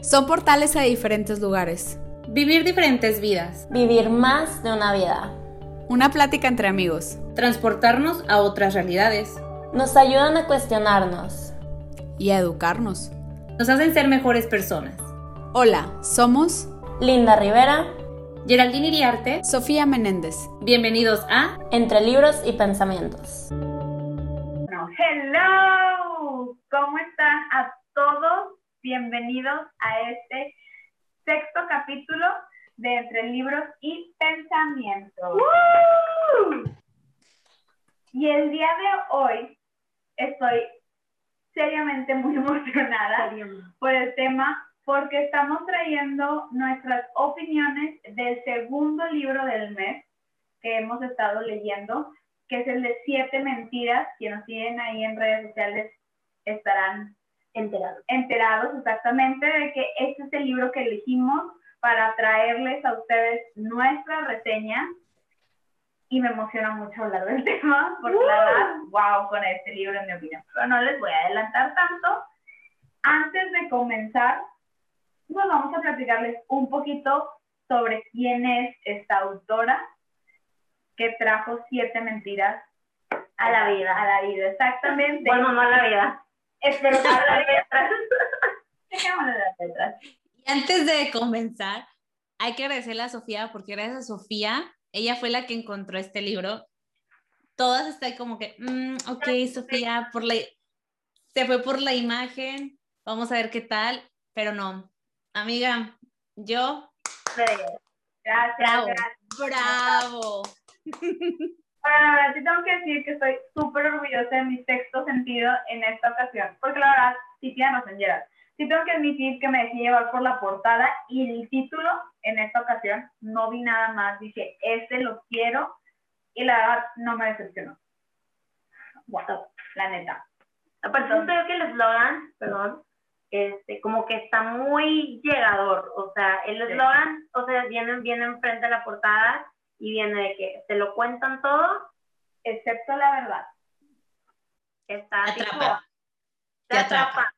Son portales a diferentes lugares. Vivir diferentes vidas. Vivir más de una vida. Una plática entre amigos. Transportarnos a otras realidades. Nos ayudan a cuestionarnos. Y a educarnos. Nos hacen ser mejores personas. Hola, somos Linda Rivera, Geraldine Iriarte, Sofía Menéndez. Bienvenidos a Entre Libros y Pensamientos. Hello, ¿cómo están a todos? Bienvenidos a este sexto capítulo de Entre Libros y Pensamientos. ¡Woo! Y el día de hoy estoy seriamente muy emocionada por el tema, porque estamos trayendo nuestras opiniones del segundo libro del mes que hemos estado leyendo, que es el de 7 mentiras. Quienes nos siguen ahí en redes sociales estarán enterados exactamente de que este es el libro que elegimos para traerles a ustedes nuestra reseña. Y me emociona mucho hablar del tema, porque la verdad, wow, con este libro en mi opinión. Pero no les voy a adelantar tanto. Antes de comenzar, pues vamos a platicarles un poquito sobre quién es esta autora que trajo 7 mentiras a la vida. A la vida, exactamente. Bueno, no a la vida. Espero que a la vida. Dejémosle las letras. Y antes de comenzar, hay que agradecerle a Sofía, porque gracias a Sofía, ella fue la que encontró este libro. Todas están como que, ok, Sofía, se fue por la imagen, vamos a ver qué tal, pero no. Amiga, yo... Gracias. Bravo. Gracias. ¡Bravo! Bueno, la verdad sí tengo que decir que estoy súper orgullosa de mi sexto sentido en esta ocasión, porque la verdad sí tiene razón, Gerard. Sí tengo que admitir que me dejé llevar por la portada y el título en esta ocasión. No vi nada más, dije, lo quiero, y la verdad no me decepcionó. Wow, la neta. Aparte, siento yo que el eslogan, como que está muy llegador. O sea, el eslogan, o sea, viene enfrente de la portada y viene de que te lo cuentan todo, excepto la verdad. Está Atrapa. Te atrapa.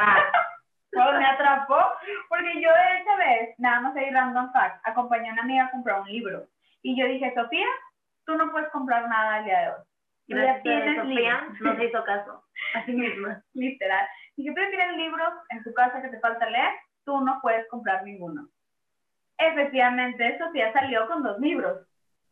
No, me atrapó, porque yo de esa vez, nada más ahí random fact, acompañé a una amiga a comprar un libro. Y yo dije, Sofía, tú no puedes comprar nada el día de hoy. Gracias a Sofía, no se hizo caso. Así misma. Literal. Si tú tienes libros en tu casa que te falta leer, tú no puedes comprar ninguno. Efectivamente, Sofía salió con 2 libros.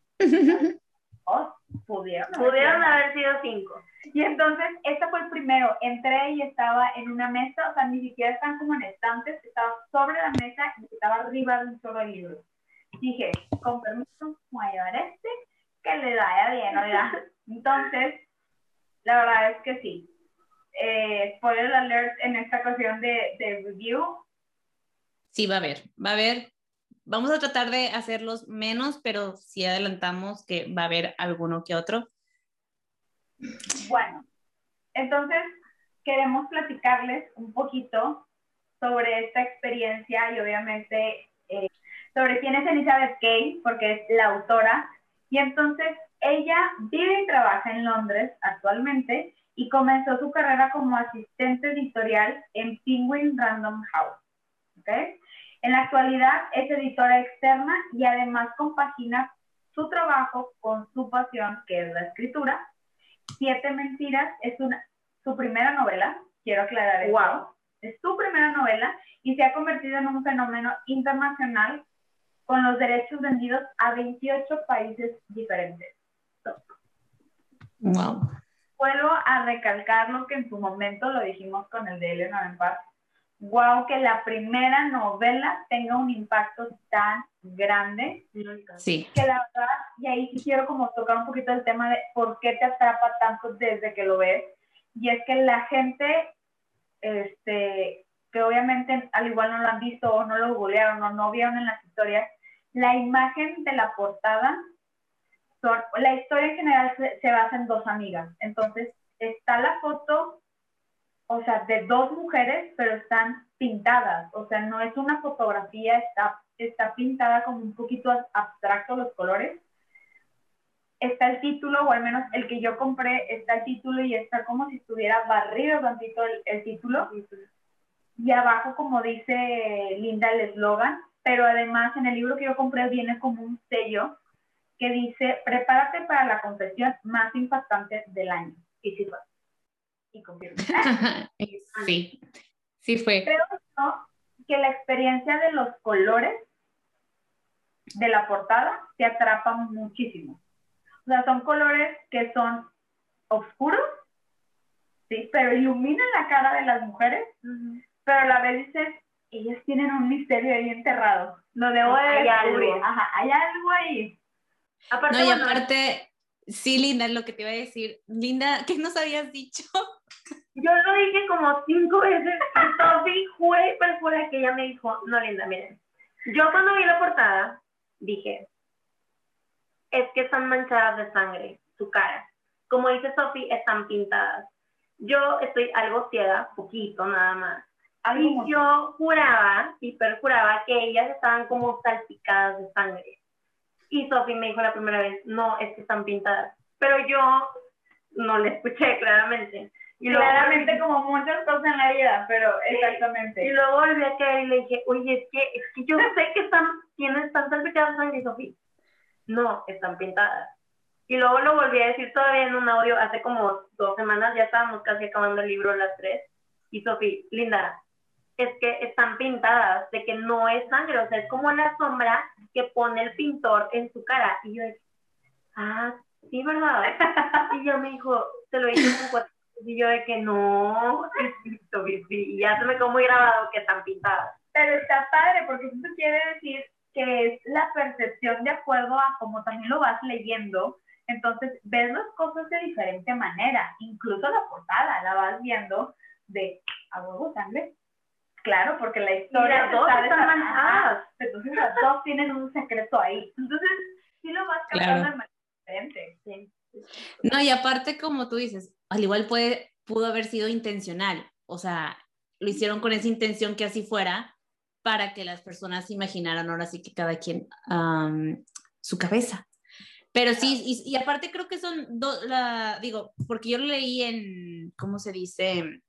Pudieron haber sido 5. Y entonces, este fue el primero. Entré y estaba en una mesa, o sea, ni siquiera están como en estantes, estaba sobre la mesa y estaba arriba de un chorro de libros. Dije, con permiso, voy a llevar este, que le vaya bien, oiga. Entonces, la verdad es que sí. Spoiler alert en esta ocasión de review. Sí, va a haber. Vamos a tratar de hacerlos menos, pero sí adelantamos que va a haber alguno que otro. Bueno, entonces queremos platicarles un poquito sobre esta experiencia y obviamente sobre quién es Elizabeth Kay, porque es la autora. Y entonces ella vive y trabaja en Londres actualmente y comenzó su carrera como asistente editorial en Penguin Random House. ¿Okay? En la actualidad es editora externa y además compagina su trabajo con su pasión, que es la escritura. 7 mentiras es su primera novela, quiero aclarar eso. Wow. Es su primera novela y se ha convertido en un fenómeno internacional con los derechos vendidos a 28 países diferentes. Wow. Vuelvo a recalcar lo que en su momento lo dijimos con el de Eleanor en Paz. Wow, que la primera novela tenga un impacto tan grande. Sí. Que la verdad, y ahí sí quiero como tocar un poquito el tema de por qué te atrapa tanto desde que lo ves. Y es que la gente, que obviamente al igual no lo han visto o no lo googlearon o no vieron en las historias, la imagen de la portada, la historia en general se basa en 2 amigas. Entonces está la foto, o sea, de 2 mujeres, pero están pintadas. O sea, no es una fotografía, está pintada como un poquito abstracto los colores. Está el título, o al menos el que yo compré, está el título y está como si estuviera barrido tantito el título. y abajo, como dice Linda, el eslogan, pero además en el libro que yo compré viene como un sello que dice, prepárate para la confesión más impactante del año. Y sí fue. Y confirmo. Sí, sí fue. Creo yo que la experiencia de los colores de la portada te atrapa muchísimo. O sea, son colores que son oscuros, sí, pero iluminan la cara de las mujeres, pero a la vez dices, ellas tienen un misterio ahí enterrado. Lo debo de Hay descubrir. algo. Ajá, hay algo ahí. Aparte, No, y bueno, aparte, sí, Linda, lo que te iba a decir. Linda, ¿qué nos habías dicho? yo lo dije como 5 veces y Sophie juré y perjuré que ella me dijo, no, Linda, miren. Yo cuando vi la portada dije, es que están manchadas de sangre, su cara. Como dice Sophie, están pintadas. Yo estoy algo ciega, poquito nada más. Y yo juraba y perjuraba que ellas estaban como salpicadas de sangre. Y Sophie me dijo la primera vez, no, es que están pintadas. Pero yo no le escuché claramente. Y Claramente como muchas cosas en la vida, pero exactamente. Y luego volví a caer y le dije, oye, es que yo sé que están salpicadas de sangre, Sophie. No, están pintadas. Y luego lo volví a decir todavía en un audio hace como 2 semanas, ya estábamos casi acabando el libro las 3. Y Sophie, Linda, es que están pintadas, de que no es sangre, o sea, es como la sombra que pone el pintor en su cara. Y yo dije, sí, ¿verdad? Y yo me dijo, te lo dije como 4 veces, y yo de que no, Sophie, sí, y ya se me quedó muy grabado que están pintadas. Pero está padre, porque eso quiere decir que es la percepción de acuerdo a cómo también lo vas leyendo. Entonces, ves las cosas de diferente manera. Incluso la portada la vas viendo de a huevo sangre. Claro, porque la historia las dos están manchadas. Entonces, las dos tienen un secreto ahí. Entonces, sí lo vas captando Claro. de manera diferente. Sí. No, y aparte, como tú dices, al igual pudo haber sido intencional. O sea, lo hicieron con esa intención que así fuera, para que las personas imaginaran ahora sí que cada quien su cabeza. Pero sí, y aparte creo que son digo, porque yo lo leí en, ¿cómo se dice?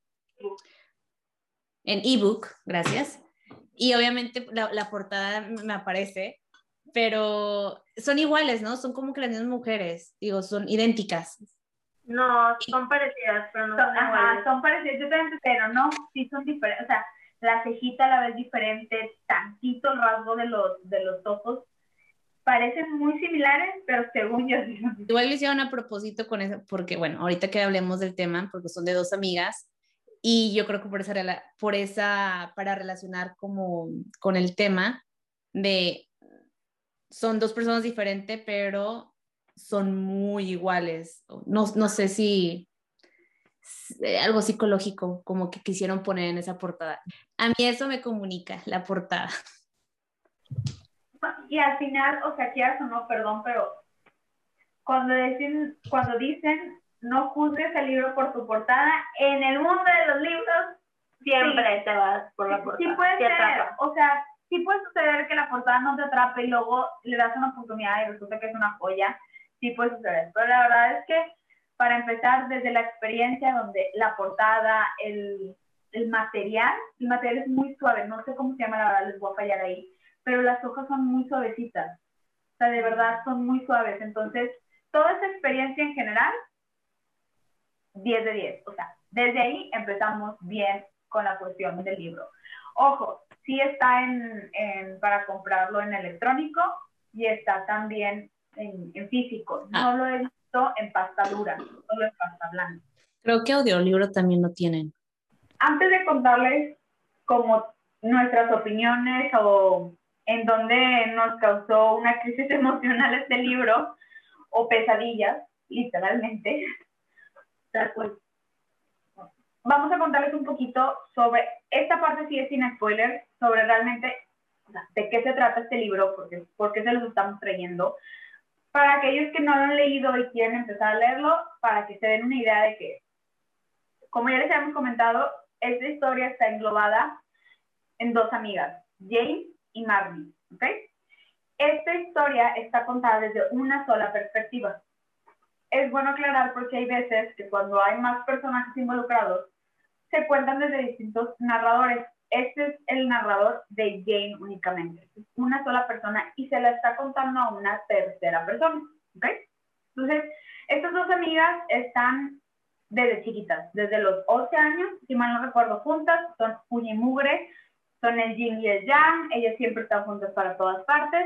En ebook, gracias. Y obviamente la portada me aparece, pero son iguales, ¿no? Son como que las mismas mujeres, digo, son idénticas. No, son parecidas, pero no son iguales. Son parecidas, yo también, pero no, sí son diferentes. O sea, la cejita a la vez diferente, tantito el rasgo de los ojos. Parecen muy similares, pero según yo sí son diferentes. Igual lo hicieron a propósito con eso, porque bueno, ahorita que hablemos del tema, porque son de 2 amigas, y yo creo que para relacionar como con el tema de son 2 personas diferentes, pero son muy iguales. No sé si algo psicológico como que quisieron poner en esa portada. A mí eso me comunica, la portada. Y al final, o sea, quieras o no, perdón, pero cuando dicen no juzgues el libro por tu portada, en el mundo de los libros siempre te vas por la portada. Sí puede ser, o sea, sí puede suceder que la portada no te atrape y luego le das una oportunidad y resulta que es una joya. Sí puede suceder, pero la verdad es que para empezar desde la experiencia donde la portada, el material es muy suave, no sé cómo se llama, la verdad les voy a fallar ahí, pero las hojas son muy suavecitas, o sea, de verdad son muy suaves, entonces toda esa experiencia en general, 10 de 10, o sea, desde ahí empezamos bien con la cuestión del libro. Ojo, sí está para comprarlo en electrónico y está también en físico, no lo he visto en pasta dura, solo en pasta blanca. Creo que audiolibro también lo tienen. Antes de contarles como nuestras opiniones o en dónde nos causó una crisis emocional este libro, o pesadillas, literalmente, pues, vamos a contarles un poquito sobre, esta parte sí es sin spoiler, sobre realmente de qué se trata este libro, por qué se los estamos trayendo, para aquellos que no lo han leído y quieren empezar a leerlo, para que se den una idea de que, como ya les habíamos comentado, esta historia está englobada en 2 amigas, Jane y Marnie, ¿ok? Esta historia está contada desde una sola perspectiva. Es bueno aclarar porque hay veces que cuando hay más personajes involucrados, se cuentan desde distintos narradores. este es el narrador de Jane únicamente. Es una sola persona y se la está contando a una tercera persona. ¿Ok? Entonces, estas dos amigas están desde chiquitas, desde los 11 años, si mal no recuerdo, juntas, son uña y mugre, son el yin y el yang, ellas siempre están juntas para todas partes.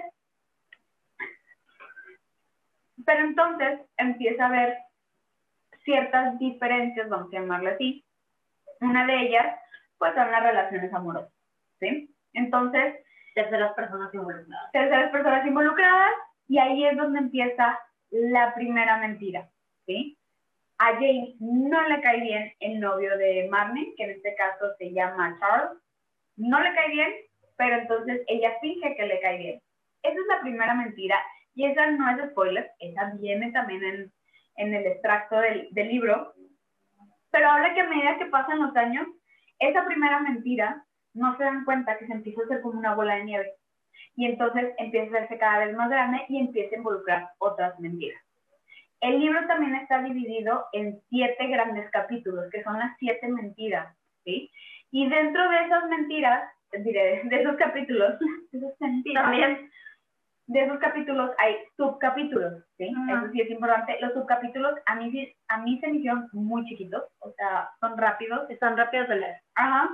Pero entonces empieza a haber ciertas diferencias, vamos a llamarle así. Una de ellas, pues, son las relaciones amorosas, ¿sí? Entonces, Terceras personas involucradas. terceras personas involucradas, y ahí es donde empieza la primera mentira, ¿sí? A Jane no le cae bien el novio de Marnie, que en este caso se llama Charles. No le cae bien, pero entonces ella finge que le cae bien. Esa es la primera mentira, y esa no es spoiler, esa viene también en el extracto del libro, pero habla que a medida que pasan los años, esa primera mentira no se dan cuenta que se empieza a hacer como una bola de nieve, y entonces empieza a hacerse cada vez más grande y empieza a involucrar otras mentiras. El libro también está dividido en 7 grandes capítulos, que son las 7 mentiras, ¿sí? Y dentro de esas mentiras, de esos capítulos, también de esos capítulos hay subcapítulos, ¿sí? Eso sí es importante. Los subcapítulos a mí se me hicieron muy chiquitos, o sea, son rápidos. Están rápidos de leer. Ajá.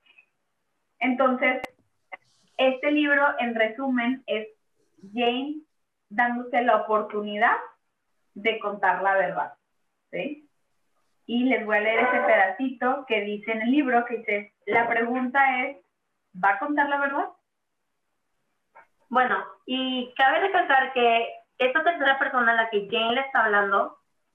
Entonces, este libro, en resumen, es Jane dándose la oportunidad de contar la verdad, ¿sí? Y les voy a leer ese pedacito que dice en el libro, que dice, la pregunta es, ¿va a contar la verdad? Bueno, y cabe recalcar que esta tercera persona a la que Jane le está hablando,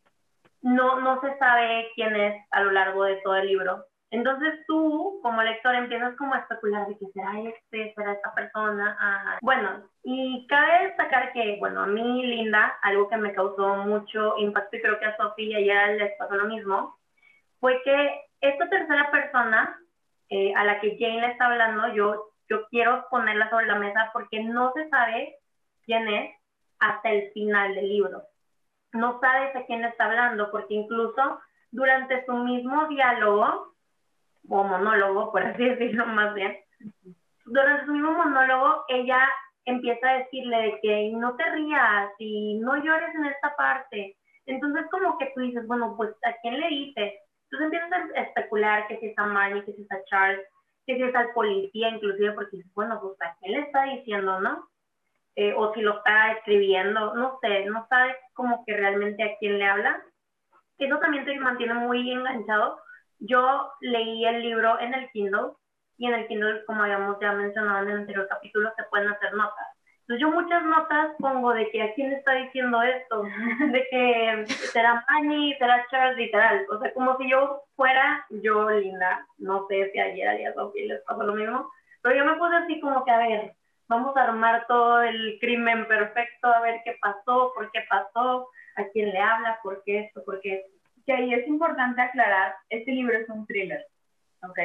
no se sabe quién es a lo largo de todo el libro. Entonces tú, como lector, empiezas como a especular de que será esta persona. Bueno, y cabe destacar que, bueno, a mí, Linda, algo que me causó mucho impacto, y creo que a Sofía y a ella les pasó lo mismo, fue que esta tercera persona a la que Jane le está hablando, yo quiero ponerla sobre la mesa porque no se sabe quién es hasta el final del libro. No sabes a quién le está hablando, porque incluso durante su mismo diálogo, o monólogo, por así decirlo más bien, durante su mismo monólogo, ella empieza a decirle de que no te rías y no llores en esta parte. Entonces como que tú dices, bueno, pues ¿a quién le dices? Entonces empiezas a especular que si es a Marnie, que si es a Charles, que si es al policía inclusive, porque dices, bueno, pues ¿a quién le está diciendo, no? O si lo está escribiendo, no sé, no sabes como que realmente a quién le habla. Eso también te mantiene muy enganchado. Yo leí el libro en el Kindle, y en el Kindle, como habíamos ya mencionado en el anterior capítulo, se pueden hacer notas. Entonces yo muchas notas pongo de que a quién le está diciendo esto, de que será Marnie, será Charles, literal. O sea, como si yo fuera yo, Linda. No sé si ayer a Sofía les pasó lo mismo, pero yo me puse así como que, a ver, vamos a armar todo el crimen perfecto, a ver qué pasó, por qué pasó, a quién le habla, por qué esto, por qué esto. Que ahí es importante aclarar, este libro es un thriller, ¿ok?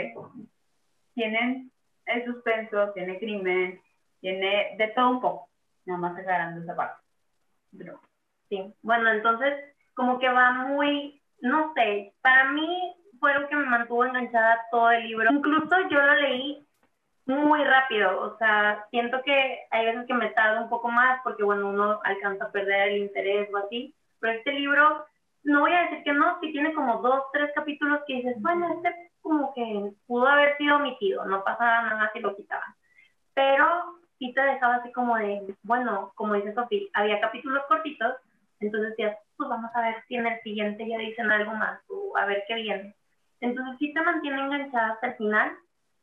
Tienen el suspenso, tiene crimen, tiene de todo un poco, nada más aclarando esa parte. Pero, sí, bueno, entonces como que va muy, no sé, para mí fue lo que me mantuvo enganchada todo el libro. Incluso yo lo leí muy rápido, o sea, siento que hay veces que me tarda un poco más porque, bueno, uno alcanza a perder el interés o así, pero este libro, no voy a decir que no, sí tiene como 2, 3 capítulos que dices, bueno, este como que pudo haber sido omitido, no pasaba nada si lo quitaban, pero sí te dejaba así como de, bueno, como dice Sofía, había capítulos cortitos, entonces decías, pues vamos a ver si en el siguiente ya dicen algo más, o a ver qué viene. Entonces sí te mantiene enganchada hasta el final,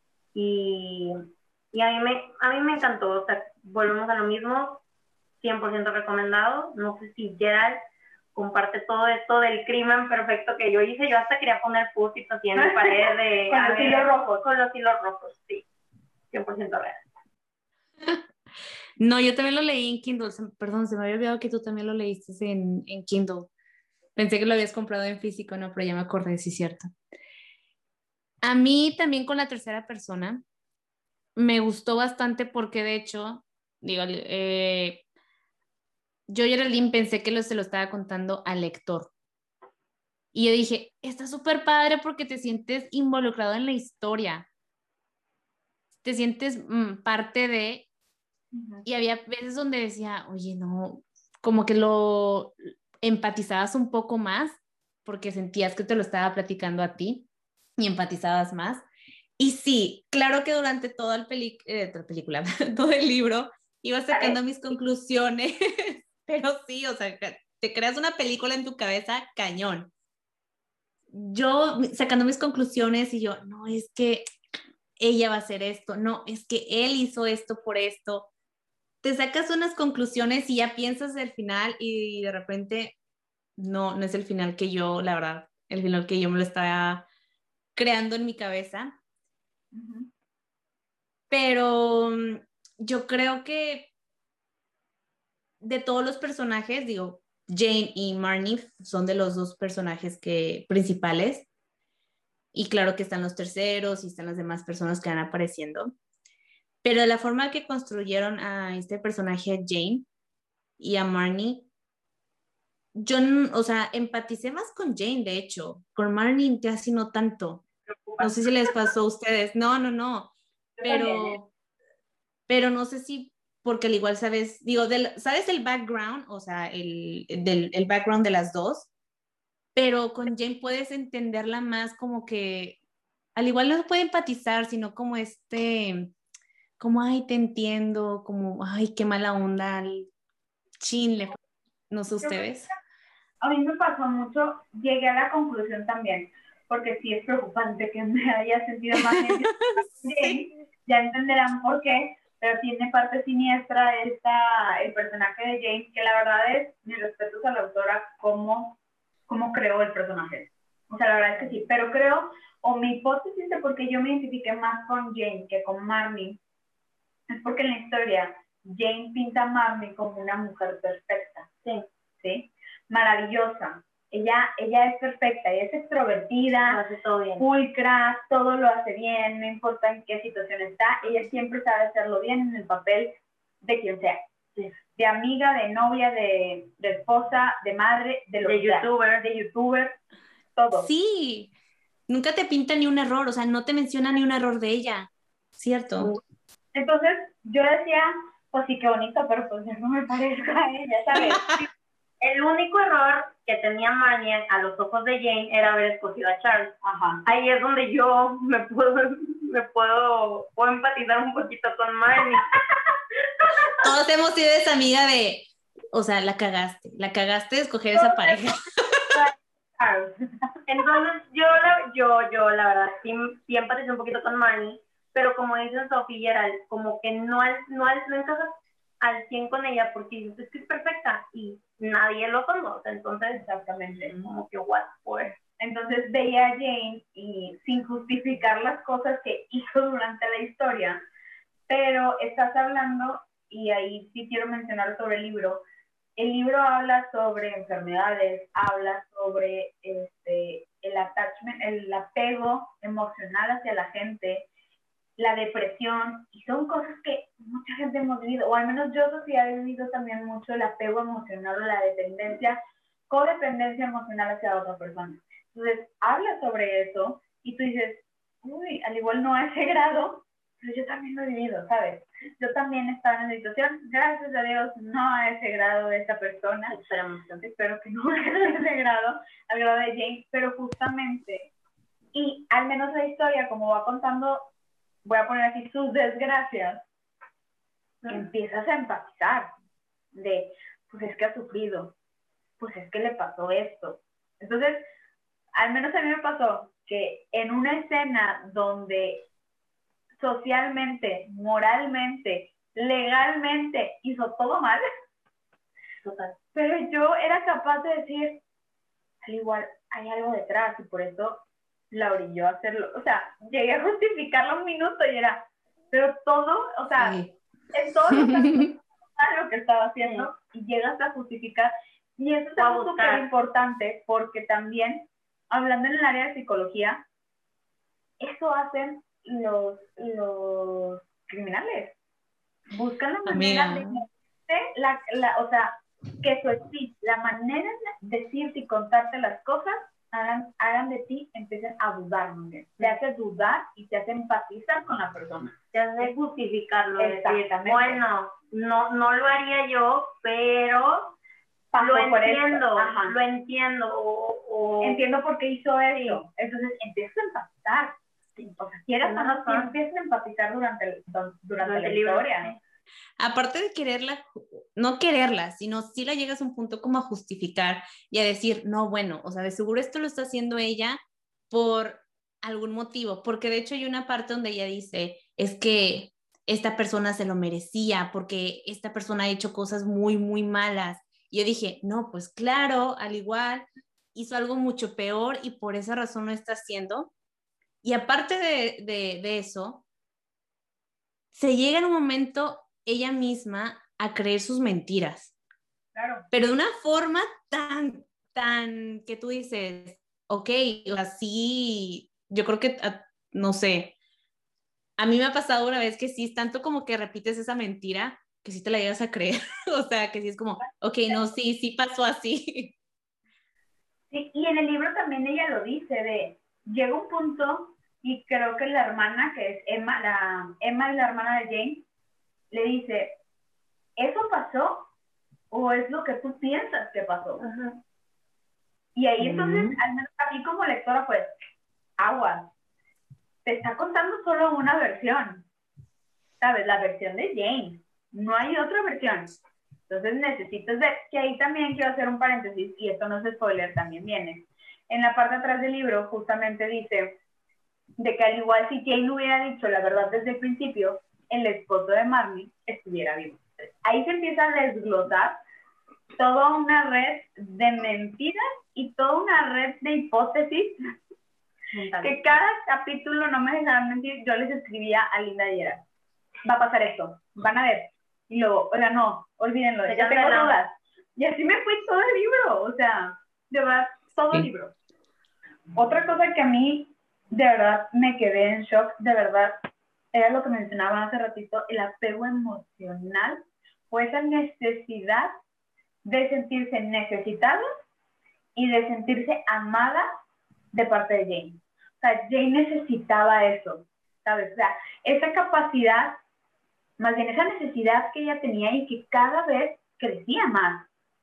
y a mí me encantó, o sea, volvemos a lo mismo, 100% recomendado. No sé si Gerald comparte todo esto del crimen perfecto que yo hice. Yo hasta quería poner post-its así en la pared de... con los hilos rojos. Con los hilos rojos, sí. 100% real. No, yo también lo leí en Kindle. Perdón, se me había olvidado que tú también lo leíste en Kindle. Pensé que lo habías comprado en físico, no, pero ya me acordé, sí, cierto. A mí también con la tercera persona me gustó bastante porque de hecho, digo, yo, Geraldine, pensé que se lo estaba contando al lector. Y yo dije, está súper padre porque te sientes involucrado en la historia. te sientes parte de, Ujú. y había veces donde decía, oye, no, como que lo empatizabas un poco más porque sentías que te lo estaba platicando a ti y empatizabas más. Y sí, claro que durante toda la película, todo el libro, iba sacando mis conclusiones, pero sí, o sea, te creas una película en tu cabeza cañón. Yo sacando mis conclusiones y yo, no, es que ella va a hacer esto, no, es que él hizo esto por esto. Te sacas unas conclusiones y ya piensas el final y de repente no es el final que yo, la verdad, el final que yo me lo estaba creando en mi cabeza. Ujú. Pero yo creo que de todos los personajes, digo, Jane y Marnie son de los dos personajes principales. Y claro que están los terceros y están las demás personas que van apareciendo. Pero la forma que construyeron a este personaje, Jane, y a Marnie, yo, o sea, empaticé más con Jane, de hecho. Con Marnie casi no tanto. No sé si les pasó a ustedes. No. Yo también, ¿eh? Pero no sé si, porque al igual sabes, digo, sabes el background, o sea, el background de las dos, pero con Jane puedes entenderla más como que, al igual no se puede empatizar, sino como como, ay, te entiendo, como, ay, qué mala onda, chin, no sé Yo creo que ustedes. a mí me pasó mucho, llegué a la conclusión también, porque sí es preocupante que me haya sentido más Sí. Jane, ya entenderán por qué, pero tiene parte siniestra el personaje de Jane, que la verdad es, mis respetos a la autora, cómo creó el personaje. O sea, la verdad es que sí, pero creo, o mi hipótesis de por qué yo me identifiqué más con Jane que con Marnie, es porque en la historia Jane pinta a Marnie como una mujer perfecta, ¿sí? Maravillosa. Ella es perfecta, ella es extrovertida, hace todo bien. pulcra, todo lo hace bien, no importa en qué situación está, ella siempre sabe hacerlo bien en el papel de quien sea. Sí. De amiga, de novia, de esposa, de madre, de youtuber, todo. Sí, nunca te pinta ni un error, o sea, no te menciona ni un error de ella, ¿cierto? Entonces yo decía, pues sí, qué bonito, pero pues yo no me parezco a ella, ¿sabes? El único error que tenía Marnie a los ojos de Jane era haber escogido a Charles. Ajá. Ahí es donde yo puedo empatizar un poquito con Marnie. Todos hemos sido esa amiga de, o sea, la cagaste de escoger esa pareja. Entonces yo la verdad sí empaticé un poquito con Marnie, pero como dicen Sofía y Gerald, como que no encajas al 100 con ella porque dices, es que es perfecta y nadie lo conoce, entonces Exactamente. como que what for. Entonces veía a Jane y sin justificar las cosas que hizo durante la historia, pero estás hablando, y ahí sí quiero mencionar sobre el libro habla sobre enfermedades, habla sobre el attachment, el apego emocional hacia la gente, la depresión, y son cosas que mucha gente hemos vivido, o al menos yo, Sofía, he vivido también mucho el apego emocional o la dependencia, codependencia emocional hacia otra persona. Entonces, habla sobre eso y tú dices, uy, al igual no a ese grado, pero yo también lo he vivido, ¿sabes? Yo también estaba en la situación, gracias a Dios, no a ese grado de esta persona, espero que no a ese grado, al grado de Jane, pero justamente, y al menos la historia, como va contando, voy a poner aquí sus desgracias, empiezas a empatizar de, pues es que ha sufrido, pues es que le pasó esto. Entonces, al menos a mí me pasó que en una escena donde socialmente, moralmente, legalmente hizo todo mal, total, pero yo era capaz de decir, al igual hay algo detrás y por eso la orilló a hacerlo. O sea, llegué a justificarlo un minuto y era, pero todo, o sea, Sí. en todos los aspectos lo que estaba haciendo y llegas a justificar. Y eso es algo súper importante porque también, hablando en el área de psicología, eso hacen los criminales. Buscan la manera de o sea, que su speech, la manera de decirte y contarte las cosas hagan de ti, empiecen a dudar, ¿no? Te hace dudar y te hace empatizar con la persona. Te hace justificarlo, decir, Exactamente. bueno, no lo haría yo, pero Pasó lo por entiendo, esto. Ajá. lo entiendo, o Entiendo por qué hizo eso. Entonces empiezas a empatizar. O sea, quieras o no, sí empiezas a empatizar durante la libro. historia. Aparte de quererla, no quererla, sino si la llegas a un punto como a justificar y a decir, no, bueno, o sea, de seguro esto lo está haciendo ella por algún motivo, porque de hecho hay una parte donde ella dice, es que esta persona se lo merecía, porque esta persona ha hecho cosas muy, muy malas. Y yo dije, no, pues claro, al igual hizo algo mucho peor y por esa razón lo está haciendo. Y aparte de eso, se llega en un momento ella misma a creer sus mentiras. Claro. Pero de una forma tan que tú dices, ok, así, yo creo que, no sé, a mí me ha pasado una vez que sí, es tanto como que repites esa mentira que sí te la llegas a creer. O sea, que sí es como, ok, no, sí pasó así. Sí, y en el libro también ella lo dice, llega un punto, y creo que la hermana, que es Emma y la hermana de Jane, le dice, ¿eso pasó o es lo que tú piensas que pasó? Ajá. Y ahí entonces, al menos a mí como lectora, pues, aguas, te está contando solo una versión, ¿sabes? La versión de Jane, no hay otra versión. Entonces necesitas ver, que ahí también quiero hacer un paréntesis, y esto no es spoiler, también viene. En la parte de atrás del libro justamente dice de que al igual si Jane hubiera dicho la verdad desde el principio, el esposo de Marnie estuviera vivo. Ahí se empieza a desglosar toda una red de mentiras y toda una red de hipótesis que cada capítulo, no me dejaron mentir, yo les escribía a Linda y era, va a pasar esto, van a ver, y luego, o sea, no, olvídenlo, ya tengo dudas. Y así me fui todo el libro, o sea, de verdad, todo el libro. Otra cosa que a mí, de verdad, me quedé en shock, de verdad, era lo que mencionaba hace ratito, el apego emocional o esa necesidad de sentirse necesitada y de sentirse amada de parte de Jane. O sea, Jane necesitaba eso, ¿sabes? O sea, esa capacidad, más bien esa necesidad que ella tenía y que cada vez crecía más.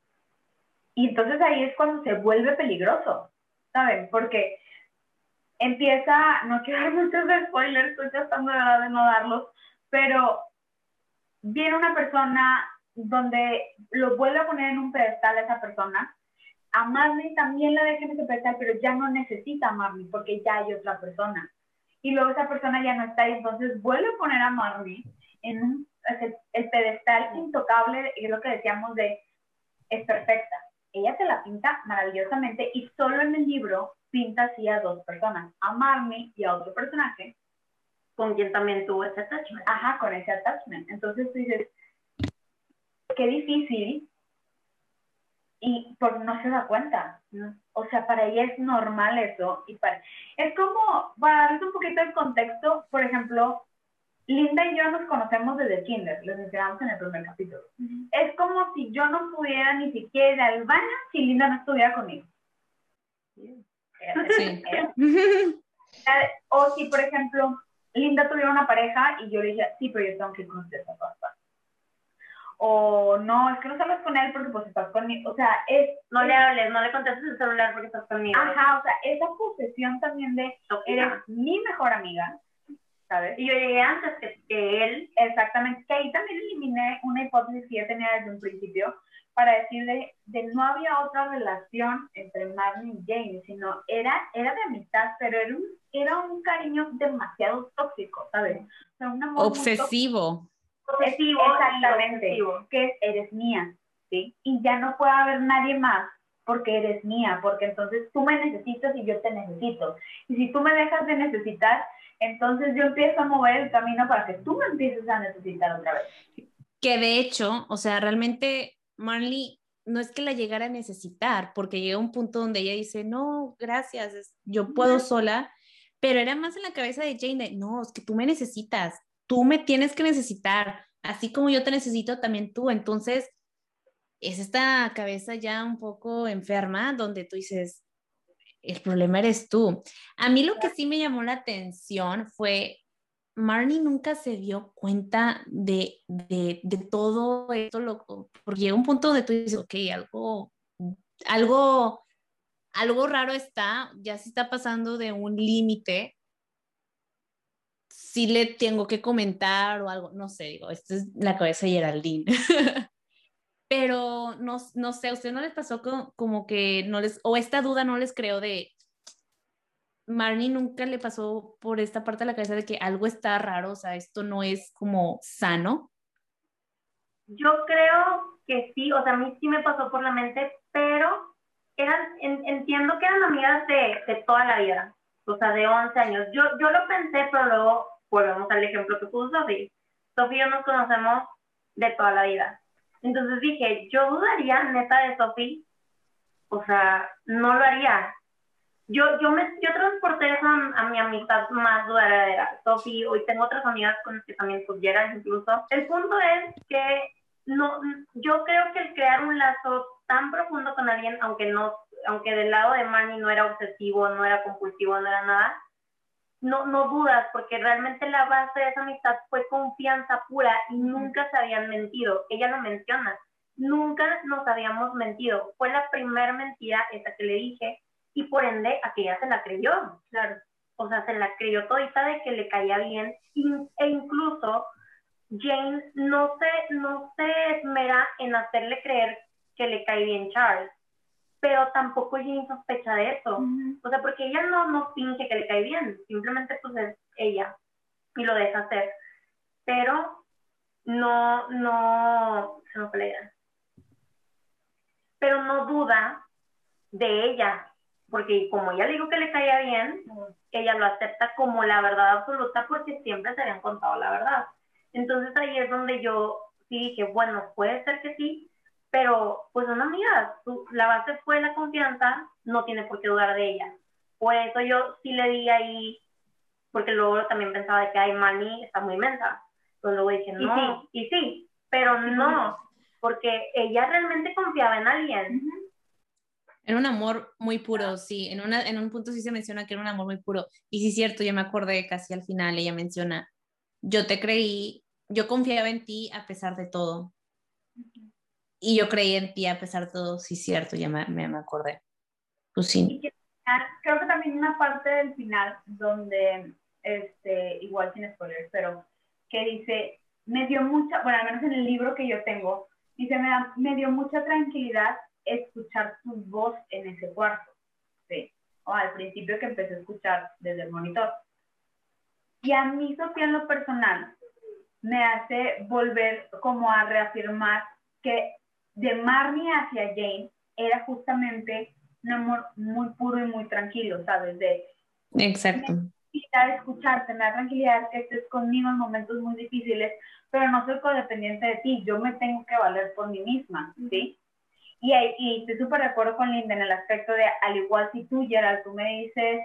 Y entonces ahí es cuando se vuelve peligroso, ¿saben? Porque empieza, no quiero dar muchos spoilers, estoy tratando de verdad de no darlos, pero viene una persona donde lo vuelve a poner en un pedestal a esa persona. A Marnie también la deja en ese pedestal, pero ya no necesita a Marnie porque ya hay otra persona. Y luego esa persona ya no está y entonces vuelve a poner a Marnie en el pedestal intocable, y es lo que decíamos de, es perfecta. Ella te la pinta maravillosamente y solo en el libro pinta así a dos personas, a Marnie y a otro personaje. Con quien también tuvo ese attachment. Ajá, con ese attachment. Entonces tú dices, qué difícil, y por no se da cuenta, ¿no? O sea, para ella es normal eso. Es como, para darles un poquito el contexto, por ejemplo, Linda y yo nos conocemos desde kinder, les mencionamos en el primer capítulo. Es como si yo no pudiera ni siquiera ir al baño si Linda no estuviera conmigo. Sí. O si, por ejemplo, Linda tuviera una pareja y yo le dije, sí, pero yo tengo que ir con usted a todas partes. O no, es que no salgas con él porque pues estás conmigo. O sea, no le hables, no le contestes el celular porque estás conmigo. Ajá, o sea, esa posesión también de, eres mi mejor amiga, ¿sabes? Y yo llegué antes que él. Exactamente, que ahí también eliminé una hipótesis que ya tenía desde un principio para decir de no había otra relación entre Marnie y Jane, sino era de amistad, pero era un cariño demasiado tóxico, ¿sabes? O sea, un amor obsesivo. Obsesivo, exactamente, obsesivo. Que es, eres mía, ¿sí? Y ya no puede haber nadie más porque eres mía, porque entonces tú me necesitas y yo te necesito. Y si tú me dejas de necesitar, entonces yo empiezo a mover el camino para que tú me empieces a necesitar otra vez. Que de hecho, o sea, realmente Marnie no es que la llegara a necesitar, porque llega un punto donde ella dice, no, gracias, yo puedo sola, pero era más en la cabeza de Jane de, no, es que tú me necesitas, tú me tienes que necesitar, así como yo te necesito también tú. Entonces es esta cabeza ya un poco enferma donde tú dices, el problema eres tú. A mí lo que sí me llamó la atención fue, Marnie nunca se dio cuenta de todo esto, porque llega un punto donde tú dices, ok, algo, algo raro está, ya se está pasando de un límite, sí le tengo que comentar o algo, no sé, digo, esta es la cabeza de Geraldine. Pero no sé, ¿a ustedes no les pasó como que no les, o esta duda no les creo de, Marnie nunca le pasó por esta parte de la cabeza de que algo está raro, o sea, esto no es como sano? Yo creo que sí, o sea, a mí sí me pasó por la mente, pero entiendo que eran amigas de toda la vida, o sea, de 11 años. Yo lo pensé, pero luego volvemos al ejemplo que puso Sofía. Sofía y yo nos conocemos de toda la vida. Entonces dije, yo dudaría neta de Sofía, o sea, no lo haría. Yo transporté eso a mi amistad más duradera. Sofía, hoy tengo otras amigas con las que también tuvieran incluso. El punto es que no, yo creo que el crear un lazo tan profundo con alguien, aunque del lado de Manny no era obsesivo, no era compulsivo, no era nada, no dudas, porque realmente la base de esa amistad fue confianza pura y nunca se habían mentido. Ella lo menciona, nunca nos habíamos mentido. Fue la primera mentira esa que le dije y por ende aquella se la creyó, claro. O sea, se la creyó todita de que le caía bien e incluso Jane no se esmera en hacerle creer que le cae bien Charles, pero tampoco Jane sospecha de eso. O sea, porque ella no finge que le cae bien, simplemente pues es ella y lo deja hacer. Pero se me fue la idea. Pero no duda de ella, porque como ella le dijo que le caía bien, ella lo acepta como la verdad absoluta porque siempre se habían contado la verdad. Entonces ahí es donde yo sí dije, bueno, puede ser que sí, pero pues una amiga, la base fue la confianza, no tiene por qué dudar de ella. Por eso yo sí le di ahí, porque luego también pensaba de que, ay, Manny está muy mensa. Entonces luego dije, no, y sí, pero no, porque ella realmente confiaba en alguien. Era un amor muy puro, sí. En un punto sí se menciona que era un amor muy puro. Y sí es cierto, yo me acordé casi al final, ella menciona, yo te creí, yo confiaba en ti a pesar de todo. Y yo creí en ti a pesar de todo, sí es cierto, ya me acordé. Pues sí. Creo que también una parte del final donde, igual sin spoilers, pero que dice, me dio mucha, bueno, al menos en el libro que yo tengo, dice, me dio mucha tranquilidad escuchar tu voz en ese cuarto, ¿sí? O al principio que empecé a escuchar desde el monitor. Y a mí, Sofía, en lo personal, me hace volver como a reafirmar que de Marnie hacia Jane era justamente un amor muy puro y muy tranquilo, ¿sabes? Exacto. Me da escucharte, me da tranquilidad que estés conmigo en momentos muy difíciles, pero no soy codependiente de ti, yo me tengo que valer por mí misma, ¿sí? Y estoy súper de acuerdo con Linda en el aspecto de, al igual si tú, Gerald, tú me dices,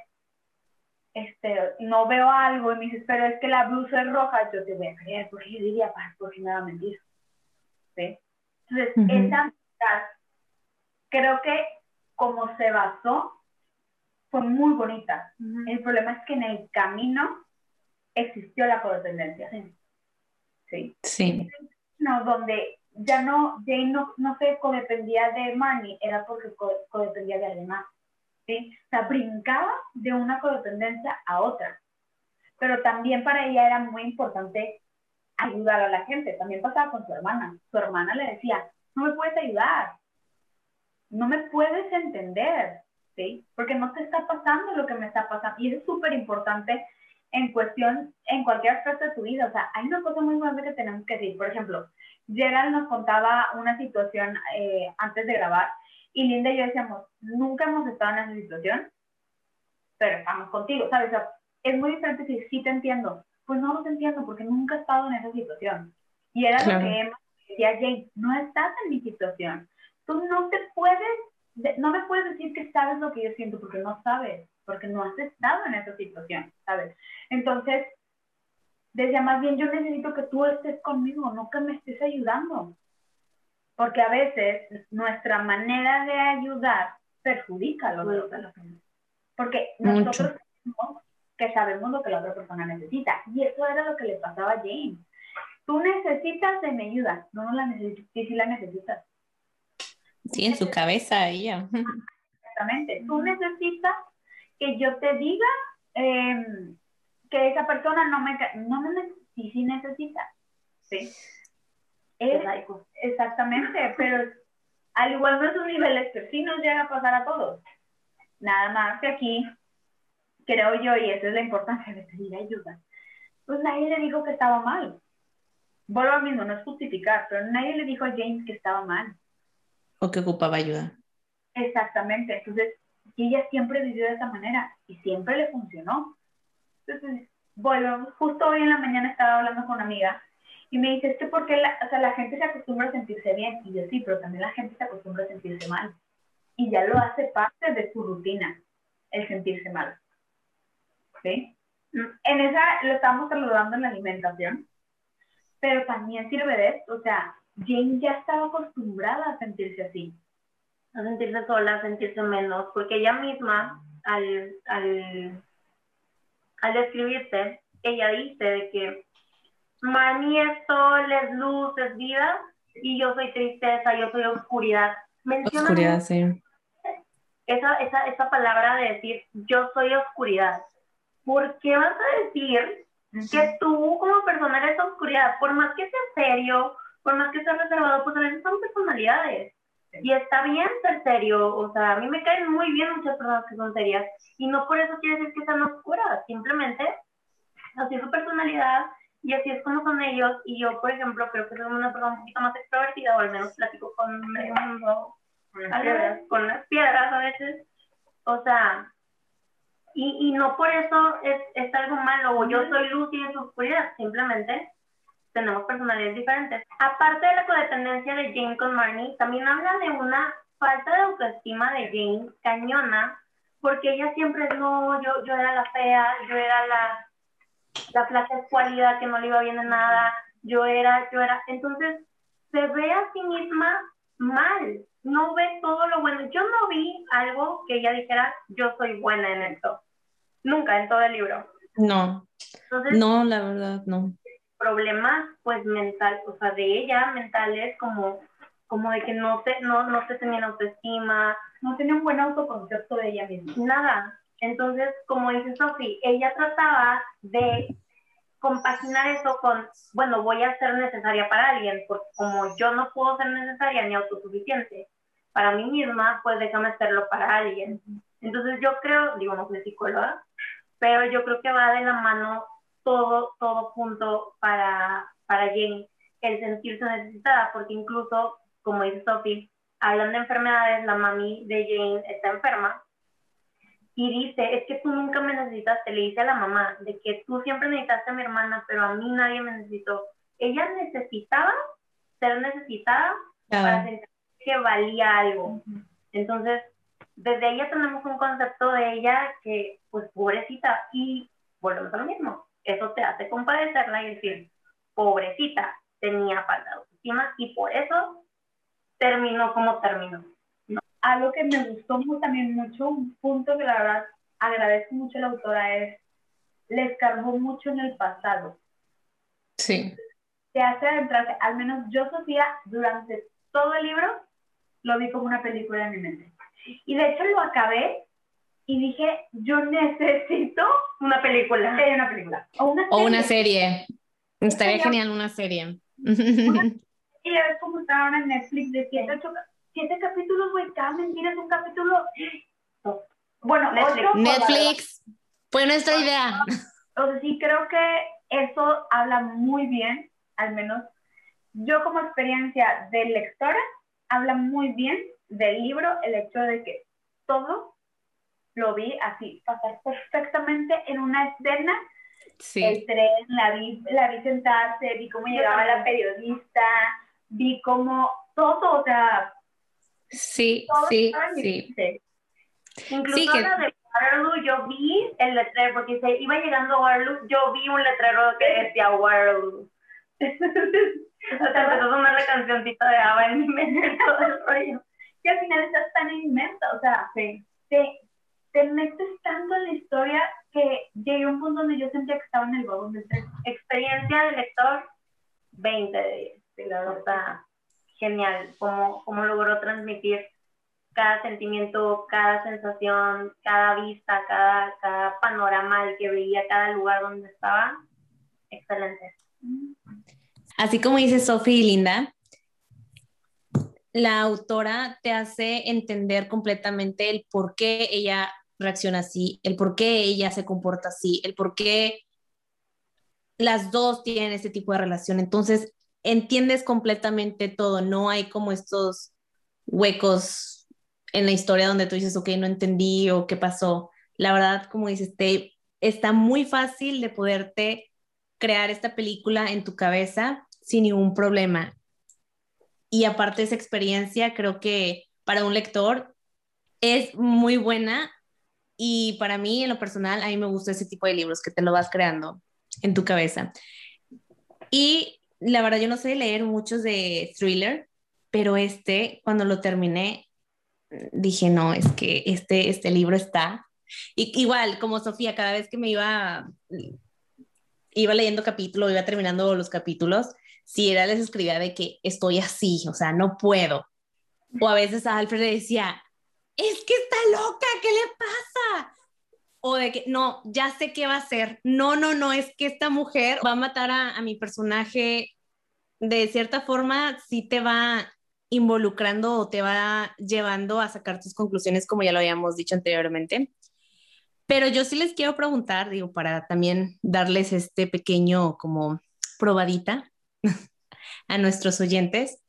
no veo algo y me dices, pero es que la blusa es roja, yo te voy a creer, porque yo diría, porque me va a mentir, ¿sí? Entonces, esa amistad, creo que como se basó, fue muy bonita. El problema es que en el camino existió la codependencia, ¿sí? Sí. No, donde ya Jane no se codependía de Manny, era porque codependía de alguien más, ¿sí? O sea, brincaba de una codependencia a otra. Pero también para ella era muy importante ayudar a la gente. También pasaba con su hermana. Su hermana le decía, no me puedes ayudar, no me puedes entender, ¿sí? Porque no te está pasando lo que me está pasando. Y eso es súper importante en cualquier aspecto de tu vida. O sea, hay una cosa muy importante que tenemos que decir. Por ejemplo, Gerald nos contaba una situación antes de grabar y Linda y yo decíamos, nunca hemos estado en esa situación, pero estamos contigo, ¿sabes? O sea, es muy diferente si sí te entiendo. Pues no te entiendo porque nunca he estado en esa situación. Y era lo que Emma decía, Jane, no estás en mi situación. Tú no me puedes decir que sabes lo que yo siento porque no sabes, porque no has estado en esa situación, ¿sabes? Entonces, decía más bien, yo necesito que tú estés conmigo, no que me estés ayudando. Porque a veces nuestra manera de ayudar perjudica a los demás. Porque Mucho. nosotros creemos que sabemos lo que la otra persona necesita. Y eso era lo que le pasaba a Jane. Tú necesitas de mi ayuda. No la necesitas. Sí la necesitas. Sí, en su cabeza ella. Exactamente. Tú necesitas que yo te diga que esa persona no me sí necesita. Sí. Exactamente, pero al igual no es un nivel extra, sí nos llega a pasar a todos. Nada más que aquí, creo yo, y esa es la importancia de pedir ayuda, pues nadie le dijo que estaba mal. Vuelvo al mismo, no es justificar, pero nadie le dijo a James que estaba mal. O que ocupaba ayuda. Exactamente, entonces ella siempre vivió de esa manera y siempre le funcionó. Entonces, bueno, justo hoy en la mañana estaba hablando con una amiga y me dice, es que porque la gente se acostumbra a sentirse bien. Y yo sí, pero también la gente se acostumbra a sentirse mal. Y ya lo hace parte de su rutina, el sentirse mal. ¿Sí? En esa lo estamos saludando en la alimentación, pero también sirve de esto. O sea, Jane ya estaba acostumbrada a sentirse así. A sentirse sola, a sentirse menos, porque ella misma, al describirte, ella dice de que Marnie es sol, es luz, es vida, y yo soy tristeza, yo soy oscuridad. Menciona Oscuridad, sí. esa palabra de decir yo soy oscuridad. ¿Por qué vas a decir que tú como persona eres oscuridad? Por más que seas serio, por más que seas reservado, pues a veces son personalidades. Y está bien ser serio, o sea, a mí me caen muy bien muchas personas que son serias, y no por eso quiere decir que sean oscuras, simplemente así es su personalidad, y así es como son ellos, y yo, por ejemplo, creo que soy una persona un poquito más extrovertida, o al menos platico con medio mundo, con las piedras a veces, o sea, y no por eso es algo malo, o yo soy luz y es oscuridad, simplemente tenemos personalidades diferentes. Aparte de la codependencia de Jane con Marnie, también habla de una falta de autoestima de Jane cañona, porque ella siempre no, yo era la fea, yo era la flaca escuálida que no le iba bien en nada, yo era, entonces se ve a sí misma mal, no ve todo lo bueno. Yo no vi algo que ella dijera, yo soy buena en esto, nunca en todo el libro. No, entonces, no, la verdad, no. Problemas pues mental, o sea, de ella mentales como de que no se tenía autoestima, no tenía un buen autoconcepto de ella misma. Nada. Entonces, como dice Sophie, ella trataba de compaginar eso con, bueno, voy a ser necesaria para alguien, porque como yo no puedo ser necesaria ni autosuficiente para mí misma, pues déjame serlo para alguien. Entonces yo creo, digo, no soy psicóloga, pero yo creo que va de la mano todo junto para Jane, el sentirse necesitada, porque incluso, como dice Sophie, hablando de enfermedades, la mami de Jane está enferma, y dice, es que tú nunca me necesitaste, le dice a la mamá, de que tú siempre necesitaste a mi hermana, pero a mí nadie me necesitó. Ella necesitaba ser necesitada para sentir que valía algo. Entonces, desde ahí ya tenemos un concepto de ella que, pues, pobrecita, y volvemos a lo mismo, eso te hace compadecerla y decir, pobrecita, tenía falta de autoestima, y por eso terminó como terminó. Algo que me gustó también mucho, un punto que la verdad agradezco mucho a la autora es, le escarbó mucho en el pasado. Sí. Te hace adentrarse, al menos yo, Sofía, durante todo el libro, lo vi como una película en mi mente. Y de hecho lo acabé y dije, yo necesito una película. Una película. O una serie. Estaría genial una serie. Y ya ves cómo está ahora en Netflix de 7 capítulos, güey, cada mentira es un capítulo. Bueno, Netflix fue nuestra idea. O sea, sí, creo que eso habla muy bien, al menos yo como experiencia de lectora, habla muy bien del libro, el hecho de que todo lo vi así, pasar perfectamente en una escena. Sí. El tren, la vi sentarse, vi cómo llegaba la periodista, vi cómo todo, o sea... Sí, todo sí. Incluso la de Waterloo, yo vi el letrero, porque se iba llegando a Waterloo, yo vi un letrero que decía Waterloo. O sea, te empezó a sonar la cancioncita de ABBA en mi mente y todo el rollo. Y al final estás tan inmersa, o sea, te te metes tanto en la historia que llegué a un punto donde yo sentía que estaba en el vagón del tren. Experiencia de lector, 20 de 10. Sí, la verdad está genial cómo logró transmitir cada sentimiento, cada sensación, cada vista, cada panorama al que veía, cada lugar donde estaba. Excelente. Así como dice Sophie y Linda, la autora te hace entender completamente el por qué ella reacciona así, el por qué ella se comporta así, el por qué las dos tienen este tipo de relación. Entonces, entiendes completamente todo. No hay como estos huecos en la historia donde tú dices, ok, no entendí o qué pasó. La verdad, como dices, está muy fácil de poderte crear esta película en tu cabeza sin ningún problema. Y aparte de esa experiencia, creo que para un lector es muy buena. Y para mí, en lo personal, a mí me gusta ese tipo de libros que te lo vas creando en tu cabeza. Y la verdad, yo no sé leer muchos de thriller, pero cuando lo terminé, dije, no, es que este libro está. Y igual, como Sofía, cada vez que me iba leyendo capítulo, iba terminando los capítulos, si era, les escribía de que estoy así, o sea, no puedo. O a veces a Alfred le decía, es que está loca, ¿qué le pasa? O de que, no, ya sé qué va a hacer. No, es que esta mujer va a matar a mi personaje. De cierta forma, sí te va involucrando o te va llevando a sacar tus conclusiones, como ya lo habíamos dicho anteriormente. Pero yo sí les quiero preguntar, digo, para también darles este pequeño como probadita a nuestros oyentes,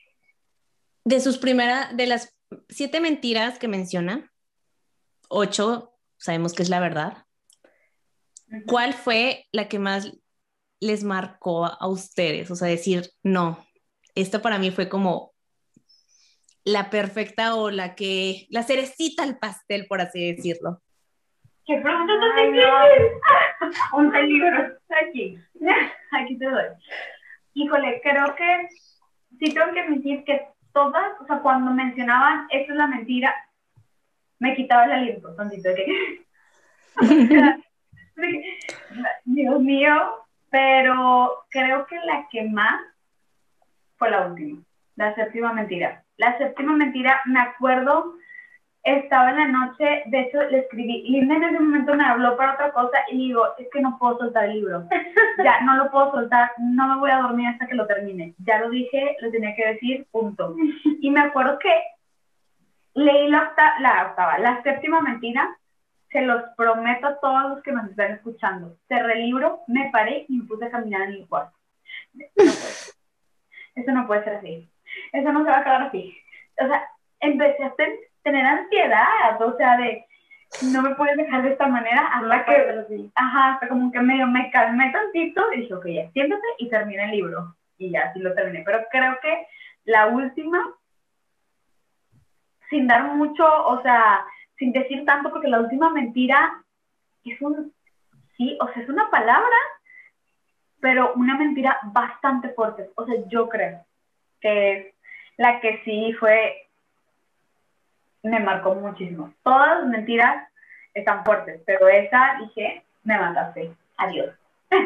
de las 7 mentiras que menciona, 8 sabemos que es la verdad. ¿Cuál fue la que más les marcó a ustedes? O sea, decir, no, esta para mí fue como la perfecta o la cerecita al pastel, por así decirlo. ¿Qué pregunta tan difícil? Un libro. Aquí te doy. Híjole, creo que sí tengo que admitir que todas, o sea, cuando mencionaban esto es la mentira, me quitaba el aliento, tantito de que... O sea, Dios mío, pero creo que la que más fue la última, la séptima mentira. La séptima mentira, me acuerdo, estaba en la noche, de hecho le escribí, Linda en ese momento me habló para otra cosa y le digo, es que no puedo soltar el libro, ya no lo puedo soltar, no me voy a dormir hasta que lo termine, ya lo dije, lo tenía que decir, punto. Y me acuerdo que leí la séptima mentira, se los prometo a todos los que nos están escuchando, cerré el libro, me paré y me puse a caminar en el cuarto. Eso no puede ser así, eso no se va a acabar así. O sea, empecé a tener ansiedad, o sea, de no me puedes dejar de esta manera, hasta como que medio me calmé tantito y dije, ok, ya, siéntate y termina el libro. Y ya, sí lo terminé. Pero creo que la última, sin dar mucho, o sea, sin decir tanto, porque la última mentira es es una palabra, pero una mentira bastante fuerte. O sea, yo creo que es la que sí me marcó muchísimo. Todas las mentiras están fuertes, pero esa dije, me mataste. Adiós.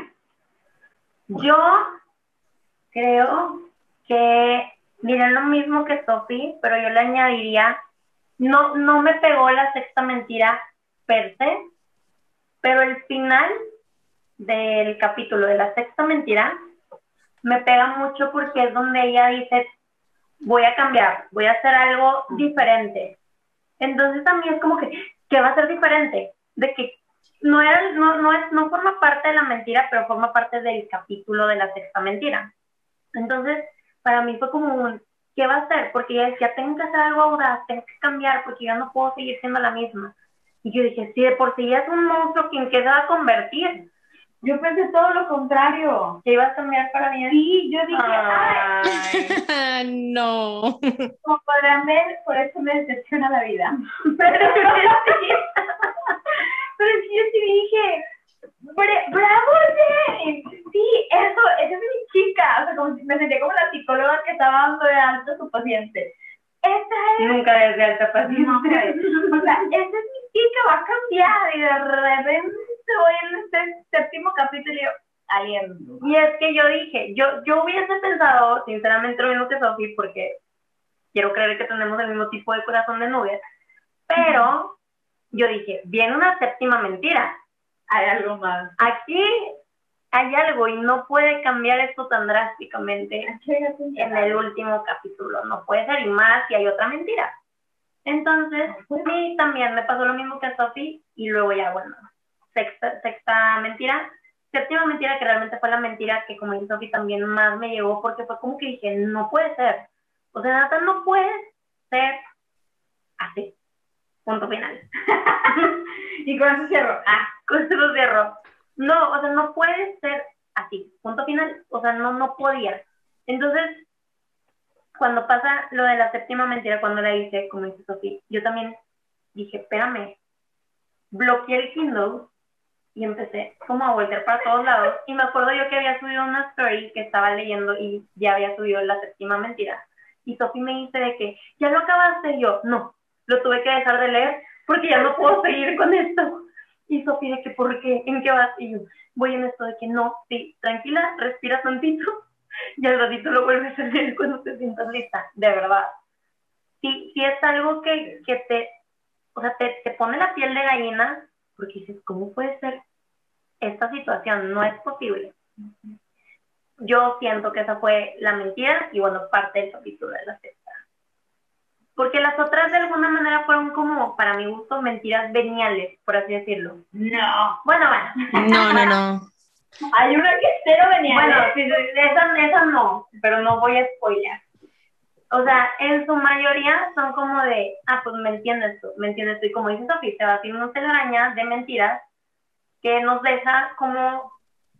Yo creo que diré lo mismo que Sophie, pero yo le añadiría, no me pegó la sexta mentira per se, pero el final del capítulo de la sexta mentira me pega mucho porque es donde ella dice, voy a cambiar, voy a hacer algo diferente. Entonces también es como que, ¿qué va a ser diferente? De que no forma parte de la mentira, pero forma parte del capítulo de la sexta mentira. Entonces, para mí fue como ¿qué va a hacer? Porque ella decía, tengo que hacer algo audaz, tengo que cambiar, porque yo no puedo seguir siendo la misma. Y yo dije, sí, de por sí ya es un monstruo, ¿en qué se va a convertir? Yo pensé todo lo contrario. ¿Que ibas a cambiar para bien? Sí, yo dije, ¡ay! No. Como podrán ver, por eso me decepciona la vida. Pero sí, yo sí dije, ¡bravo, Jen! Sí, esa es mi chica. O sea, como si me sentía como la psicóloga que estaba dando de alta a su paciente. Esa es... Nunca desde alta paciente. No, o sea, esa es mi Kika va a cambiar y de repente voy en este séptimo capítulo y yo, aliendo. Y es que yo dije, yo hubiese pensado, sinceramente, lo mismo que Sophie, porque quiero creer que tenemos el mismo tipo de corazón de nubes, pero yo dije, viene una séptima mentira. Hay algo más. Aquí hay algo y no puede cambiar esto tan drásticamente en el último capítulo. No puede ser, y más si hay otra mentira. Entonces, sí, también me pasó lo mismo que a Sophie, y luego ya, bueno, sexta mentira. Séptima mentira, que realmente fue la mentira que, como dice Sophie, también más me llegó, porque fue como que dije, no puede ser. O sea, Nathan, no puede ser así. Punto final. Y con eso cierro. Con eso cierro. No, o sea, no puede ser así. Punto final. O sea, no podía. Entonces, cuando pasa lo de la séptima mentira, cuando la hice, como dice Sophie, yo también dije, espérame, bloqueé el Kindle y empecé como a voltear para todos lados. Y me acuerdo yo que había subido una story que estaba leyendo y ya había subido la séptima mentira. Y Sophie me dice de que, ¿ya lo acabaste? Y yo, no, lo tuve que dejar de leer porque ya no puedo seguir con esto. Y Sophie de que, ¿por qué? ¿En qué vas? Y yo, voy en esto de que no, sí, tranquila, respira tantito y al ratito lo vuelves a leer cuando te sientas lista, de verdad. Sí es algo que te, o sea, te pone la piel de gallina, porque dices, ¿cómo puede ser esta situación? No es posible. Yo siento que esa fue la mentira y, bueno, parte del capítulo de la sexta. Porque las otras de alguna manera fueron como, para mi gusto, mentiras veniales, por así decirlo. No. Bueno. No. Hay una que cero venía. Bueno, sí, esa no, pero no voy a spoiler. O sea, en su mayoría son como de, pues me entiendes tú. Y como dice Sofía, se va a hacer una telaraña de mentiras que nos deja como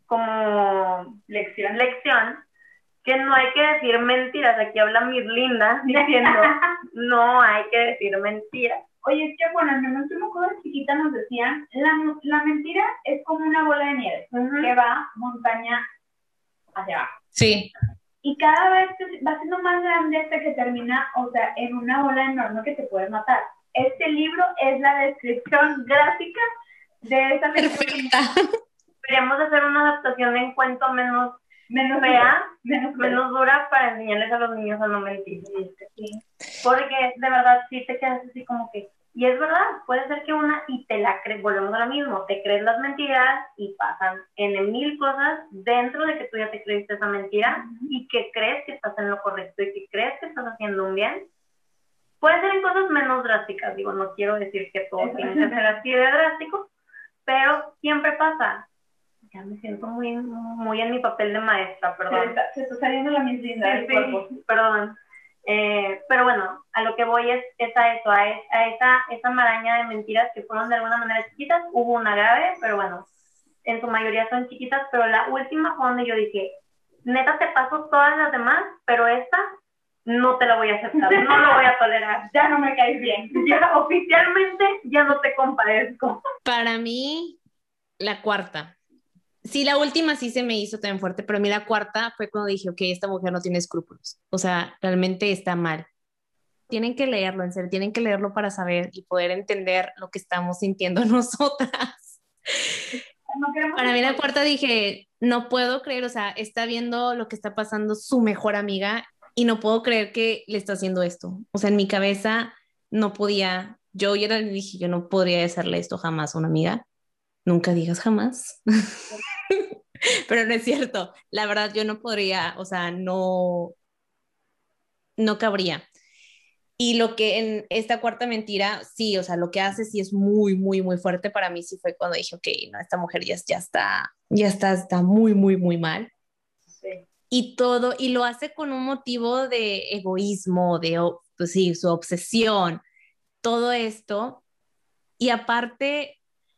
lección que no hay que decir mentiras. Aquí habla Mirlinda diciendo, no hay que decir mentiras. Oye, es que, bueno, en el último curso chiquita nos decían, la mentira es como una bola de nieve que va montaña hacia abajo. Sí. Y cada vez va siendo más grande hasta que termina, o sea, en una bola enorme que te puedes matar. Este libro es la descripción gráfica de esa Perfecta. Deberíamos hacer una adaptación en cuento menos fea, menos dura, para enseñarles a los niños a no mentir. Sí. Porque de verdad sí te quedas así como que, y es verdad, puede ser que una y te la crees, volvemos a lo mismo, te crees las mentiras y pasan en 1000 cosas dentro de que tú ya te creíste esa mentira y que crees que estás en lo correcto y que crees que estás haciendo un bien. Puede ser en cosas menos drásticas, digo, no quiero decir que todo tiene que ser así de drástico, pero siempre pasa. Ya me siento muy en mi papel de maestra, perdón. Se está saliendo la misma del cuerpo. Perdón. Pero bueno, a lo que voy es a eso, a esa maraña de mentiras que fueron de alguna manera chiquitas. Hubo una grave, pero bueno, en su mayoría son chiquitas, pero la última fue donde yo dije, neta te paso todas las demás, pero esta no te la voy a aceptar, no lo voy a tolerar. Ya no me caes bien. Ya oficialmente ya no te compadezco. Para mí, la cuarta. Sí, la última sí se me hizo tan fuerte, pero a mí la cuarta fue cuando dije, ok, esta mujer no tiene escrúpulos. O sea, realmente está mal. Tienen que leerlo, en serio, tienen que leerlo para saber y poder entender lo que estamos sintiendo nosotras. Para mí la cuarta dije, no puedo creer, o sea, está viendo lo que está pasando su mejor amiga y no puedo creer que le está haciendo esto. O sea, en mi cabeza no podía, yo dije, yo no podría hacerle esto jamás a una amiga. Nunca digas jamás. Pero no es cierto. La verdad, yo no podría, o sea, no cabría. Y lo que en esta cuarta mentira, sí, o sea, lo que hace sí es muy, muy, muy fuerte. Para mí sí fue cuando dije, ok, no, esta mujer ya está muy, muy, muy mal. Sí. Y todo, y lo hace con un motivo de egoísmo, pues sí, su obsesión, todo esto. Y aparte,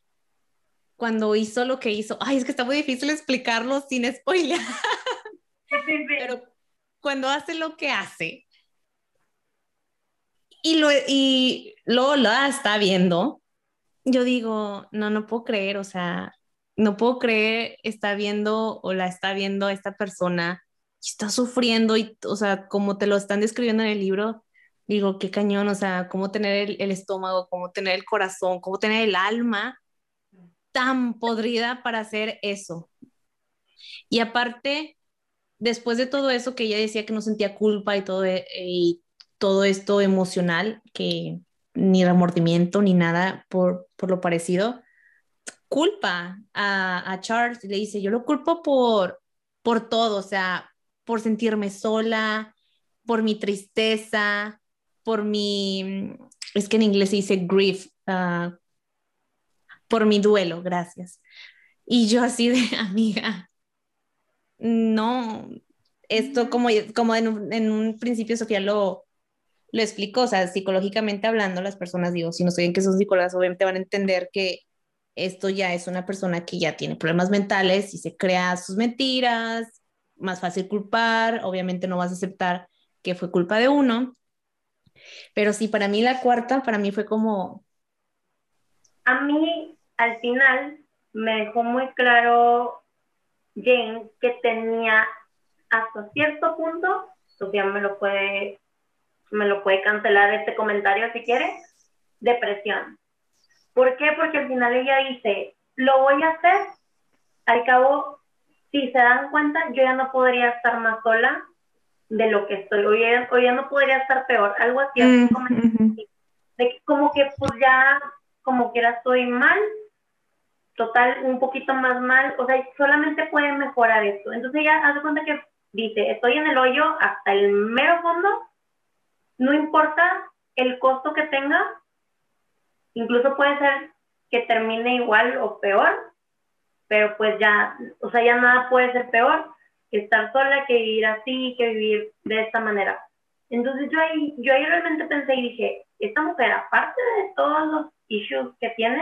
cuando hizo lo que hizo, es que está muy difícil explicarlo sin spoiler. Sí. Pero cuando hace lo que hace y luego la está viendo, yo digo, no puedo creer, o sea, no puedo creer, está viendo o la está viendo a esta persona y está sufriendo y, o sea, como te lo están describiendo en el libro, Digo, qué cañón, o sea, cómo tener el estómago, cómo tener el corazón, cómo tener el alma tan podrida para hacer eso. Y aparte, después de todo eso que ella decía que no sentía culpa y todo esto emocional, que ni remordimiento ni nada por lo parecido, culpa a Charles y le dice, yo lo culpo por todo, o sea, por sentirme sola, por mi tristeza, es que en inglés se dice grief, por mi duelo, gracias. Y yo así de, amiga, no, esto como en un principio Sofía lo explicó, o sea, psicológicamente hablando, las personas, digo, si no saben que son psicólogas, obviamente van a entender que esto ya es una persona que ya tiene problemas mentales y se crea sus mentiras, más fácil culpar, obviamente no vas a aceptar que fue culpa de uno, pero sí, para mí la cuarta, para mí fue como... A mí, al final, me dejó muy claro Jane que tenía hasta cierto punto, Sofía me lo puede cancelar este comentario si quiere, depresión. ¿Por qué? Porque al final ella dice, lo voy a hacer, al cabo, si se dan cuenta, yo ya no podría estar más sola de lo que estoy, o ya no podría estar peor, algo así, de que como que pues ya, como quiera estoy mal, total, un poquito más mal, o sea, solamente puede mejorar esto. Entonces ella hace cuenta que dice, estoy en el hoyo hasta el mero fondo, no importa el costo que tenga, incluso puede ser que termine igual o peor, pero pues ya, o sea, ya nada puede ser peor que estar sola, que vivir así, que vivir de esta manera. Entonces yo ahí realmente pensé y dije, esta mujer, aparte de todos los issues que tiene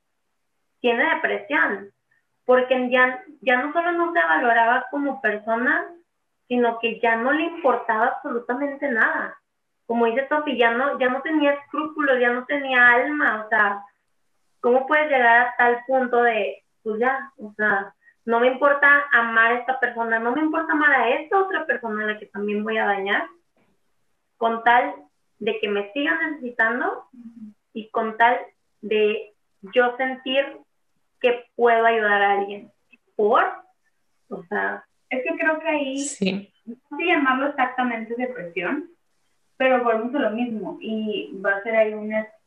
depresión, porque ya no solo no se valoraba como persona, sino que ya no le importaba absolutamente nada. Como dice Sofi, ya no tenía escrúpulos, ya no tenía alma, o sea, ¿cómo puedes llegar a tal punto de, pues ya, o sea, no me importa amar a esta persona, no me importa amar a esta otra persona a la que también voy a dañar, con tal de que me sigan necesitando y con tal de yo sentir que puedo ayudar a alguien? O sea, es que creo que ahí, sí, no sé llamarlo exactamente depresión, pero volvemos a lo mismo, y va a ser ahí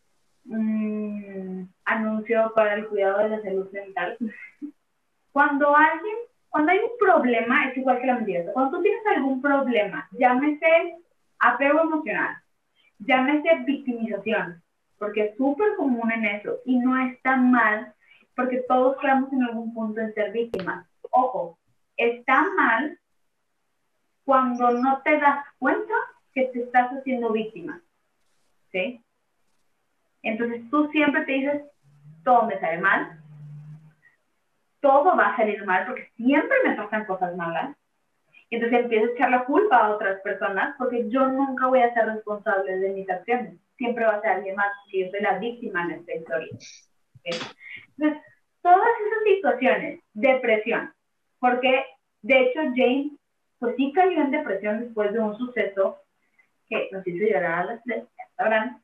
un anuncio para el cuidado de la salud mental. Cuando hay un problema, es igual que la mentira. Cuando tú tienes algún problema, llámese apego emocional, llámese victimización, porque es súper común en eso, y no está mal, porque todos creamos en algún punto en ser víctimas. Ojo, está mal cuando no te das cuenta que te estás haciendo víctima, ¿sí? Entonces tú siempre te dices, todo me sale mal, todo va a salir mal, porque siempre me pasan cosas malas, y entonces empiezo a echar la culpa a otras personas, porque yo nunca voy a ser responsable de mis acciones, siempre va a ser alguien más, que yo soy la víctima en esta historia, ¿sí? Entonces, todas esas situaciones, depresión, porque de hecho Jane, pues sí cayó en depresión después de un suceso que nos hizo llorar a las tres, ya sabrán.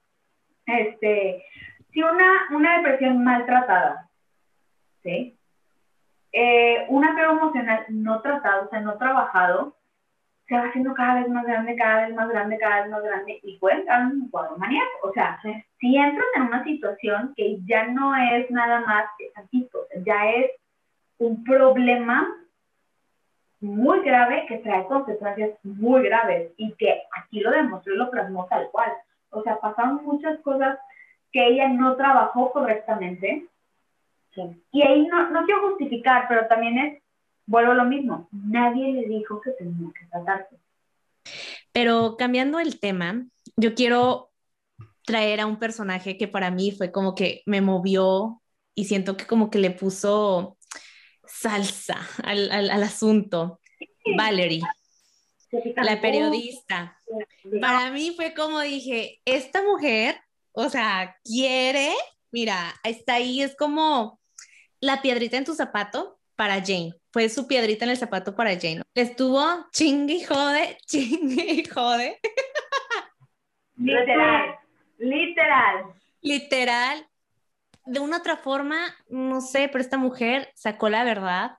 Sí, una depresión maltratada, ¿sí? Un apego emocional no tratado, o sea, no trabajado, se va haciendo cada vez más grande, cada vez más grande, cada vez más grande, y puede entrar en un cuadro maníaco. O sea, si entras en una situación que ya no es nada más que tantito, ya es un problema muy grave que trae consecuencias muy graves, y que aquí lo demostró y lo plasmó tal cual. O sea, pasaron muchas cosas que ella no trabajó correctamente. Sí. Y ahí no quiero justificar, pero también vuelvo a lo mismo, nadie le dijo que tenía que tratarse. Pero cambiando el tema, yo quiero traer a un personaje que para mí fue como que me movió y siento que como que le puso salsa al asunto. Valerie, la periodista. Para mí fue como dije, esta mujer, o sea, mira, está ahí, es como la piedrita en tu zapato para Jane. Fue su piedrita en el zapato para Jane. Estuvo chingue y jode, chingue y jode. Literal. Literal. Literal, de una otra forma, no sé, pero esta mujer sacó la verdad,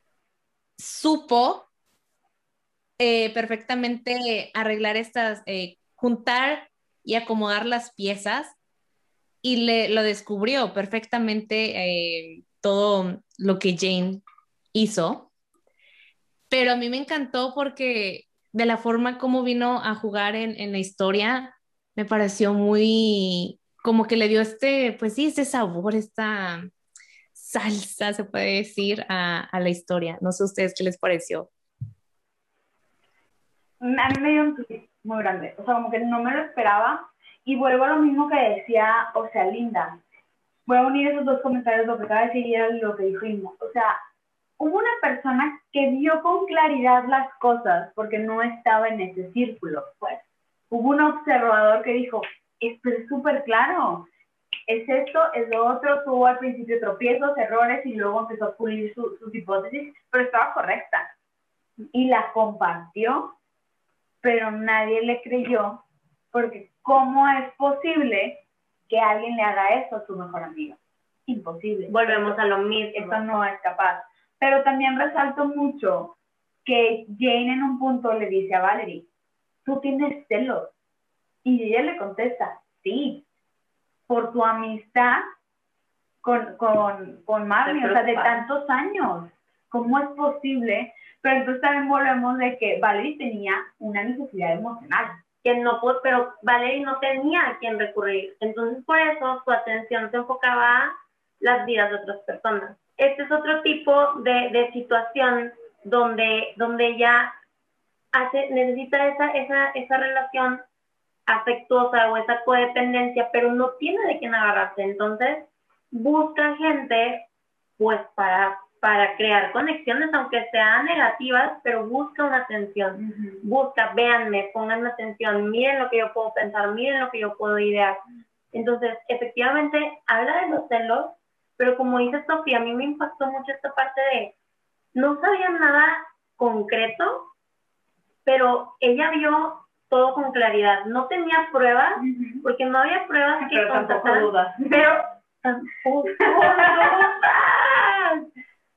supo perfectamente arreglar juntar y acomodar las piezas y lo descubrió perfectamente todo lo que Jane hizo. Pero a mí me encantó porque de la forma como vino a jugar en la historia, me pareció muy, como que le dio pues sí, este sabor, esta salsa, se puede decir, a la historia. No sé a ustedes qué les pareció. A mí me dio un twist muy grande, o sea, como que no me lo esperaba, y vuelvo a lo mismo que decía, o sea, Linda, voy a unir esos dos comentarios, lo que acaba de decir y lo que dijo Linda, o sea, hubo una persona que vio con claridad las cosas, porque no estaba en ese círculo, pues, hubo un observador que dijo, esto es súper claro, es esto, es lo otro, tuvo al principio tropiezos, errores, y luego empezó a pulir sus hipótesis, pero estaba correcta, y la compartió, pero nadie le creyó, porque ¿cómo es posible que alguien le haga eso a su mejor amigo? Imposible. Volvemos a lo mismo. Eso no es capaz. Pero también resalto mucho que Jane en un punto le dice a Valerie, tú tienes celos. Y ella le contesta, sí, por tu amistad con Marnie, o sea, de tantos años. ¿Cómo es posible? Pero entonces también volvemos de que Valerie tenía una necesidad emocional. Que no, pero Valerie no tenía a quién recurrir. Entonces, por eso su atención se enfocaba a las vidas de otras personas. Este es otro tipo de situación donde ella necesita esa relación afectuosa o esa codependencia, pero no tiene de quién agarrarse. Entonces, busca gente, pues, para crear conexiones, aunque sean negativas, pero busca una atención. Busca, véanme, pongan atención, miren lo que yo puedo pensar, miren lo que yo puedo idear. Entonces, efectivamente, habla de los celos, pero como dice Sofía, a mí me impactó mucho esta parte de, no sabía nada concreto, pero ella vio todo con claridad. No tenía pruebas, porque no había pruebas que constatar. Dudas. Pero tampoco dudas.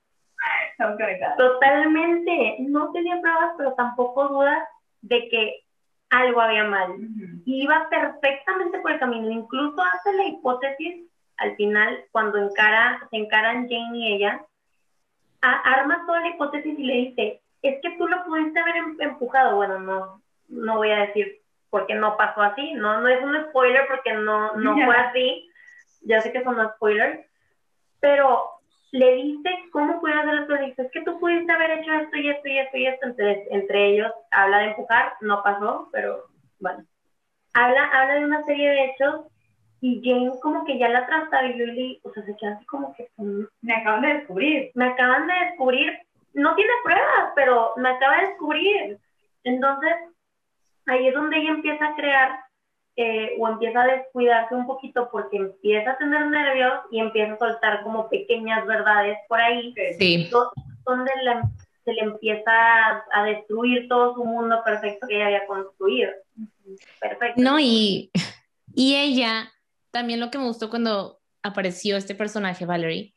Totalmente. No tenía pruebas, pero tampoco dudas de que algo había mal. Y iba perfectamente por el camino. Incluso hace la hipótesis, al final, cuando se encaran Jane y ella, arma toda la hipótesis y le dice, es que tú lo pudiste haber empujado. Bueno, no voy a decir porque no pasó así, no es un spoiler porque no fue así, ya sé que son spoilers, pero le dice cómo puede hacer esto, le dice, es que tú pudiste haber hecho esto y esto y esto y esto, entre ellos habla de empujar, no pasó, pero bueno, habla de una serie de hechos y Jane como que ya la trastabilló y o sea, se queda así como que me acaban de descubrir, no tiene pruebas, pero me acaba de descubrir. Entonces ahí es donde ella empieza a crear o empieza a descuidarse un poquito porque empieza a tener nervios y empieza a soltar como pequeñas verdades por ahí, Sí. donde se le empieza a destruir todo su mundo perfecto que ella había construido. Perfecto. No, y ella, también lo que me gustó cuando apareció este personaje, Valerie,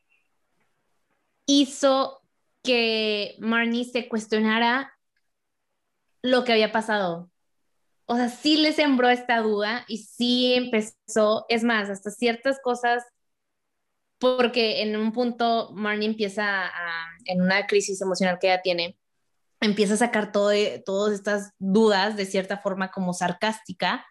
hizo que Marnie se cuestionara lo que había pasado. O sea, sí le sembró esta duda y sí empezó, es más, hasta ciertas cosas, porque en un punto Marnie empieza en una crisis emocional que ella tiene, empieza a sacar todas estas dudas de cierta forma como sarcástica,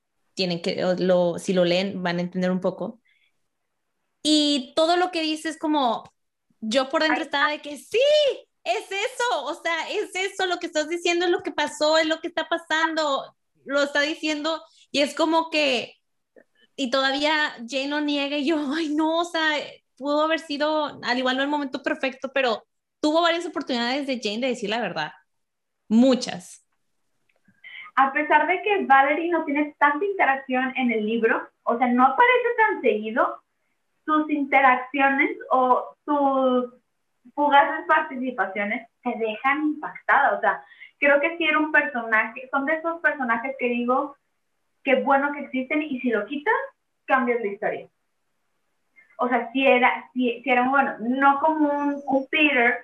si lo leen van a entender un poco, y todo lo que dice es como, yo por dentro estaba de que sí, es eso, o sea, es eso, lo que estás diciendo es lo que pasó, es lo que está pasando, lo está diciendo, y es como que, y todavía Jane lo niega, y yo, ay no, o sea, pudo haber sido, al igual no el momento perfecto, pero tuvo varias oportunidades de Jane de decir la verdad, muchas. A pesar de que Valerie no tiene tanta interacción en el libro, o sea, no aparece tan seguido, sus interacciones o sus fugaces participaciones te dejan impactada. O sea, creo que sí era un personaje, son de esos personajes que digo qué bueno que existen, y si lo quitas, cambias la historia. O sea, si era muy bueno, no como un Peter,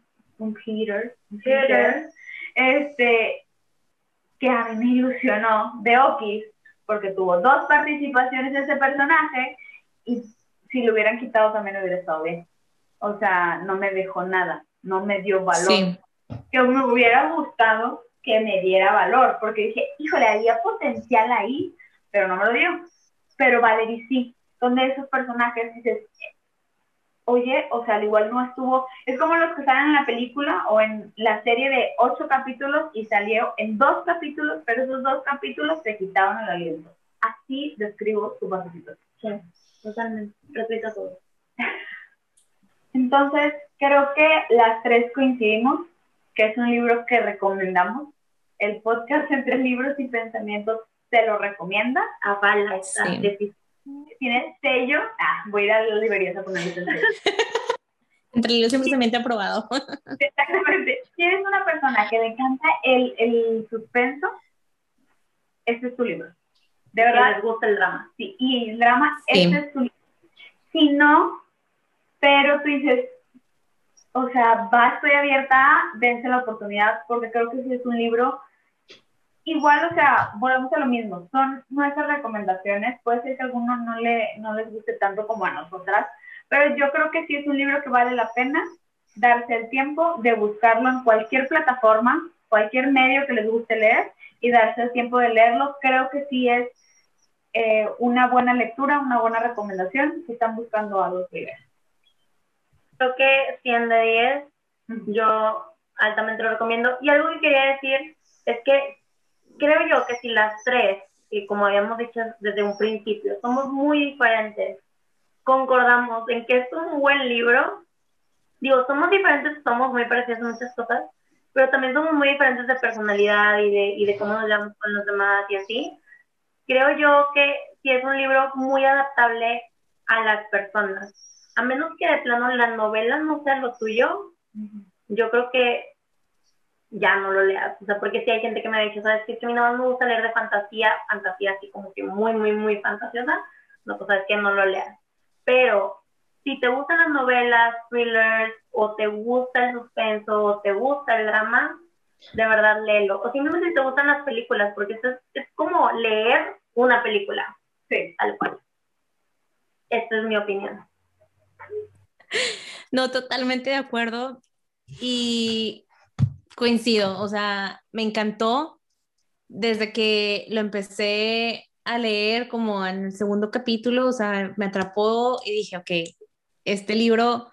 que a mí me ilusionó de Okis, porque tuvo 2 participaciones de ese personaje, y si lo hubieran quitado también hubiera estado bien. O sea, no me dejó nada, no me dio valor. Sí. Que me hubiera gustado que me diera valor, porque dije, híjole, había potencial ahí, pero no me lo dio. Pero Valerie sí, son de esos personajes, dices, oye, o sea, al igual no estuvo, es como los que salen en la película o en la serie de 8 capítulos y salió en 2 capítulos, pero esos 2 capítulos se quitaron el aliento. Así describo su participación. Sí, totalmente, repito todo. Entonces, creo que las 3 coincidimos que es un libro que recomendamos. El podcast Entre Libros y Pensamientos se lo recomienda. Avala esta Sí. Tiene sello. Voy a ir a las librerías a ponerle el sello. Entre libros simplemente aprobado. Exactamente. Si eres una persona que le encanta el suspenso, este es tu libro. De verdad. Les gusta el drama. Sí, y el drama, Sí. este es tu libro. Si no, pero tú dices, o sea, estoy abierta, dense la oportunidad, porque creo que sí es un libro. Igual, o sea, volvemos a lo mismo, son nuestras recomendaciones, puede ser que a algunos no les guste tanto como a nosotras, pero yo creo que sí es un libro que vale la pena darse el tiempo de buscarlo en cualquier plataforma, cualquier medio que les guste leer, y darse el tiempo de leerlo. Creo que sí es una buena lectura, una buena recomendación si están buscando algo que leer. Creo que 100 de 10, yo altamente lo recomiendo. Y algo que quería decir es que creo yo que si las 3, y como habíamos dicho desde un principio, somos muy diferentes, concordamos en que es un buen libro. Digo, somos diferentes, somos muy parecidos en muchas cosas, pero también somos muy diferentes de personalidad y de cómo nos llevamos con los demás y así. Creo yo que sí es un libro muy adaptable a las personas. A menos que de plano la novela no sea lo tuyo, yo creo que ya no lo leas. O sea, porque sí hay gente que me ha dicho, ¿sabes qué? Es que a mí no me gusta leer de fantasía así como que muy, muy, muy fantasiosa. No, pues sabes que no lo leas. Pero si te gustan las novelas, thrillers, o te gusta el suspenso, o te gusta el drama, de verdad léelo. O simplemente si te gustan las películas, porque esto es como leer una película. Sí, tal cual. Esta es mi opinión. No, totalmente de acuerdo. Y coincido, o sea, me encantó desde que lo empecé a leer como en el segundo capítulo, o sea, me atrapó y dije, ok, este libro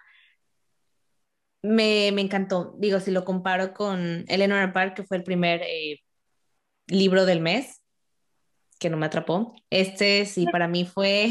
me encantó. Digo, si lo comparo con Eleanor Park, que fue el primer libro del mes, que no me atrapó. Este sí, para mí fue...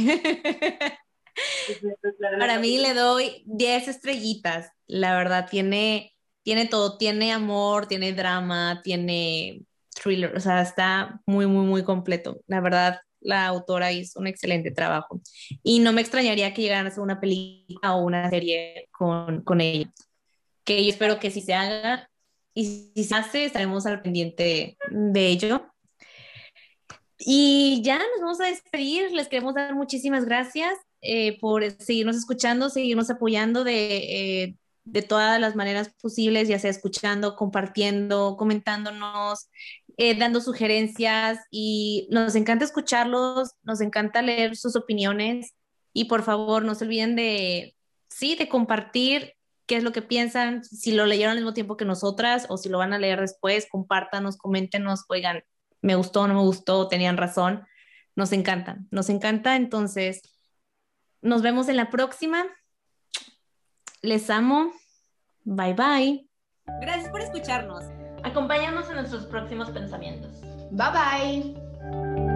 Para mí le doy 10 estrellitas. La verdad, tiene todo. Tiene amor, tiene drama, tiene thriller. O sea, está muy, muy, muy completo. La verdad, la autora hizo un excelente trabajo. Y no me extrañaría que llegaran a hacer una película o una serie con ella. Que yo espero que sí se haga. Y si se hace, estaremos al pendiente de ello. Y ya nos vamos a despedir. Les queremos dar muchísimas gracias por seguirnos escuchando, seguirnos apoyando de todas las maneras posibles, ya sea escuchando, compartiendo, comentándonos, dando sugerencias. Y nos encanta escucharlos, nos encanta leer sus opiniones. Y por favor, no se olviden de compartir qué es lo que piensan, si lo leyeron al mismo tiempo que nosotras o si lo van a leer después, compártanos, coméntenos, oigan, me gustó, no me gustó, tenían razón. Nos encanta. Entonces, nos vemos en la próxima. Les amo. Bye, bye. Gracias por escucharnos. Acompáñanos en nuestros próximos pensamientos. Bye bye.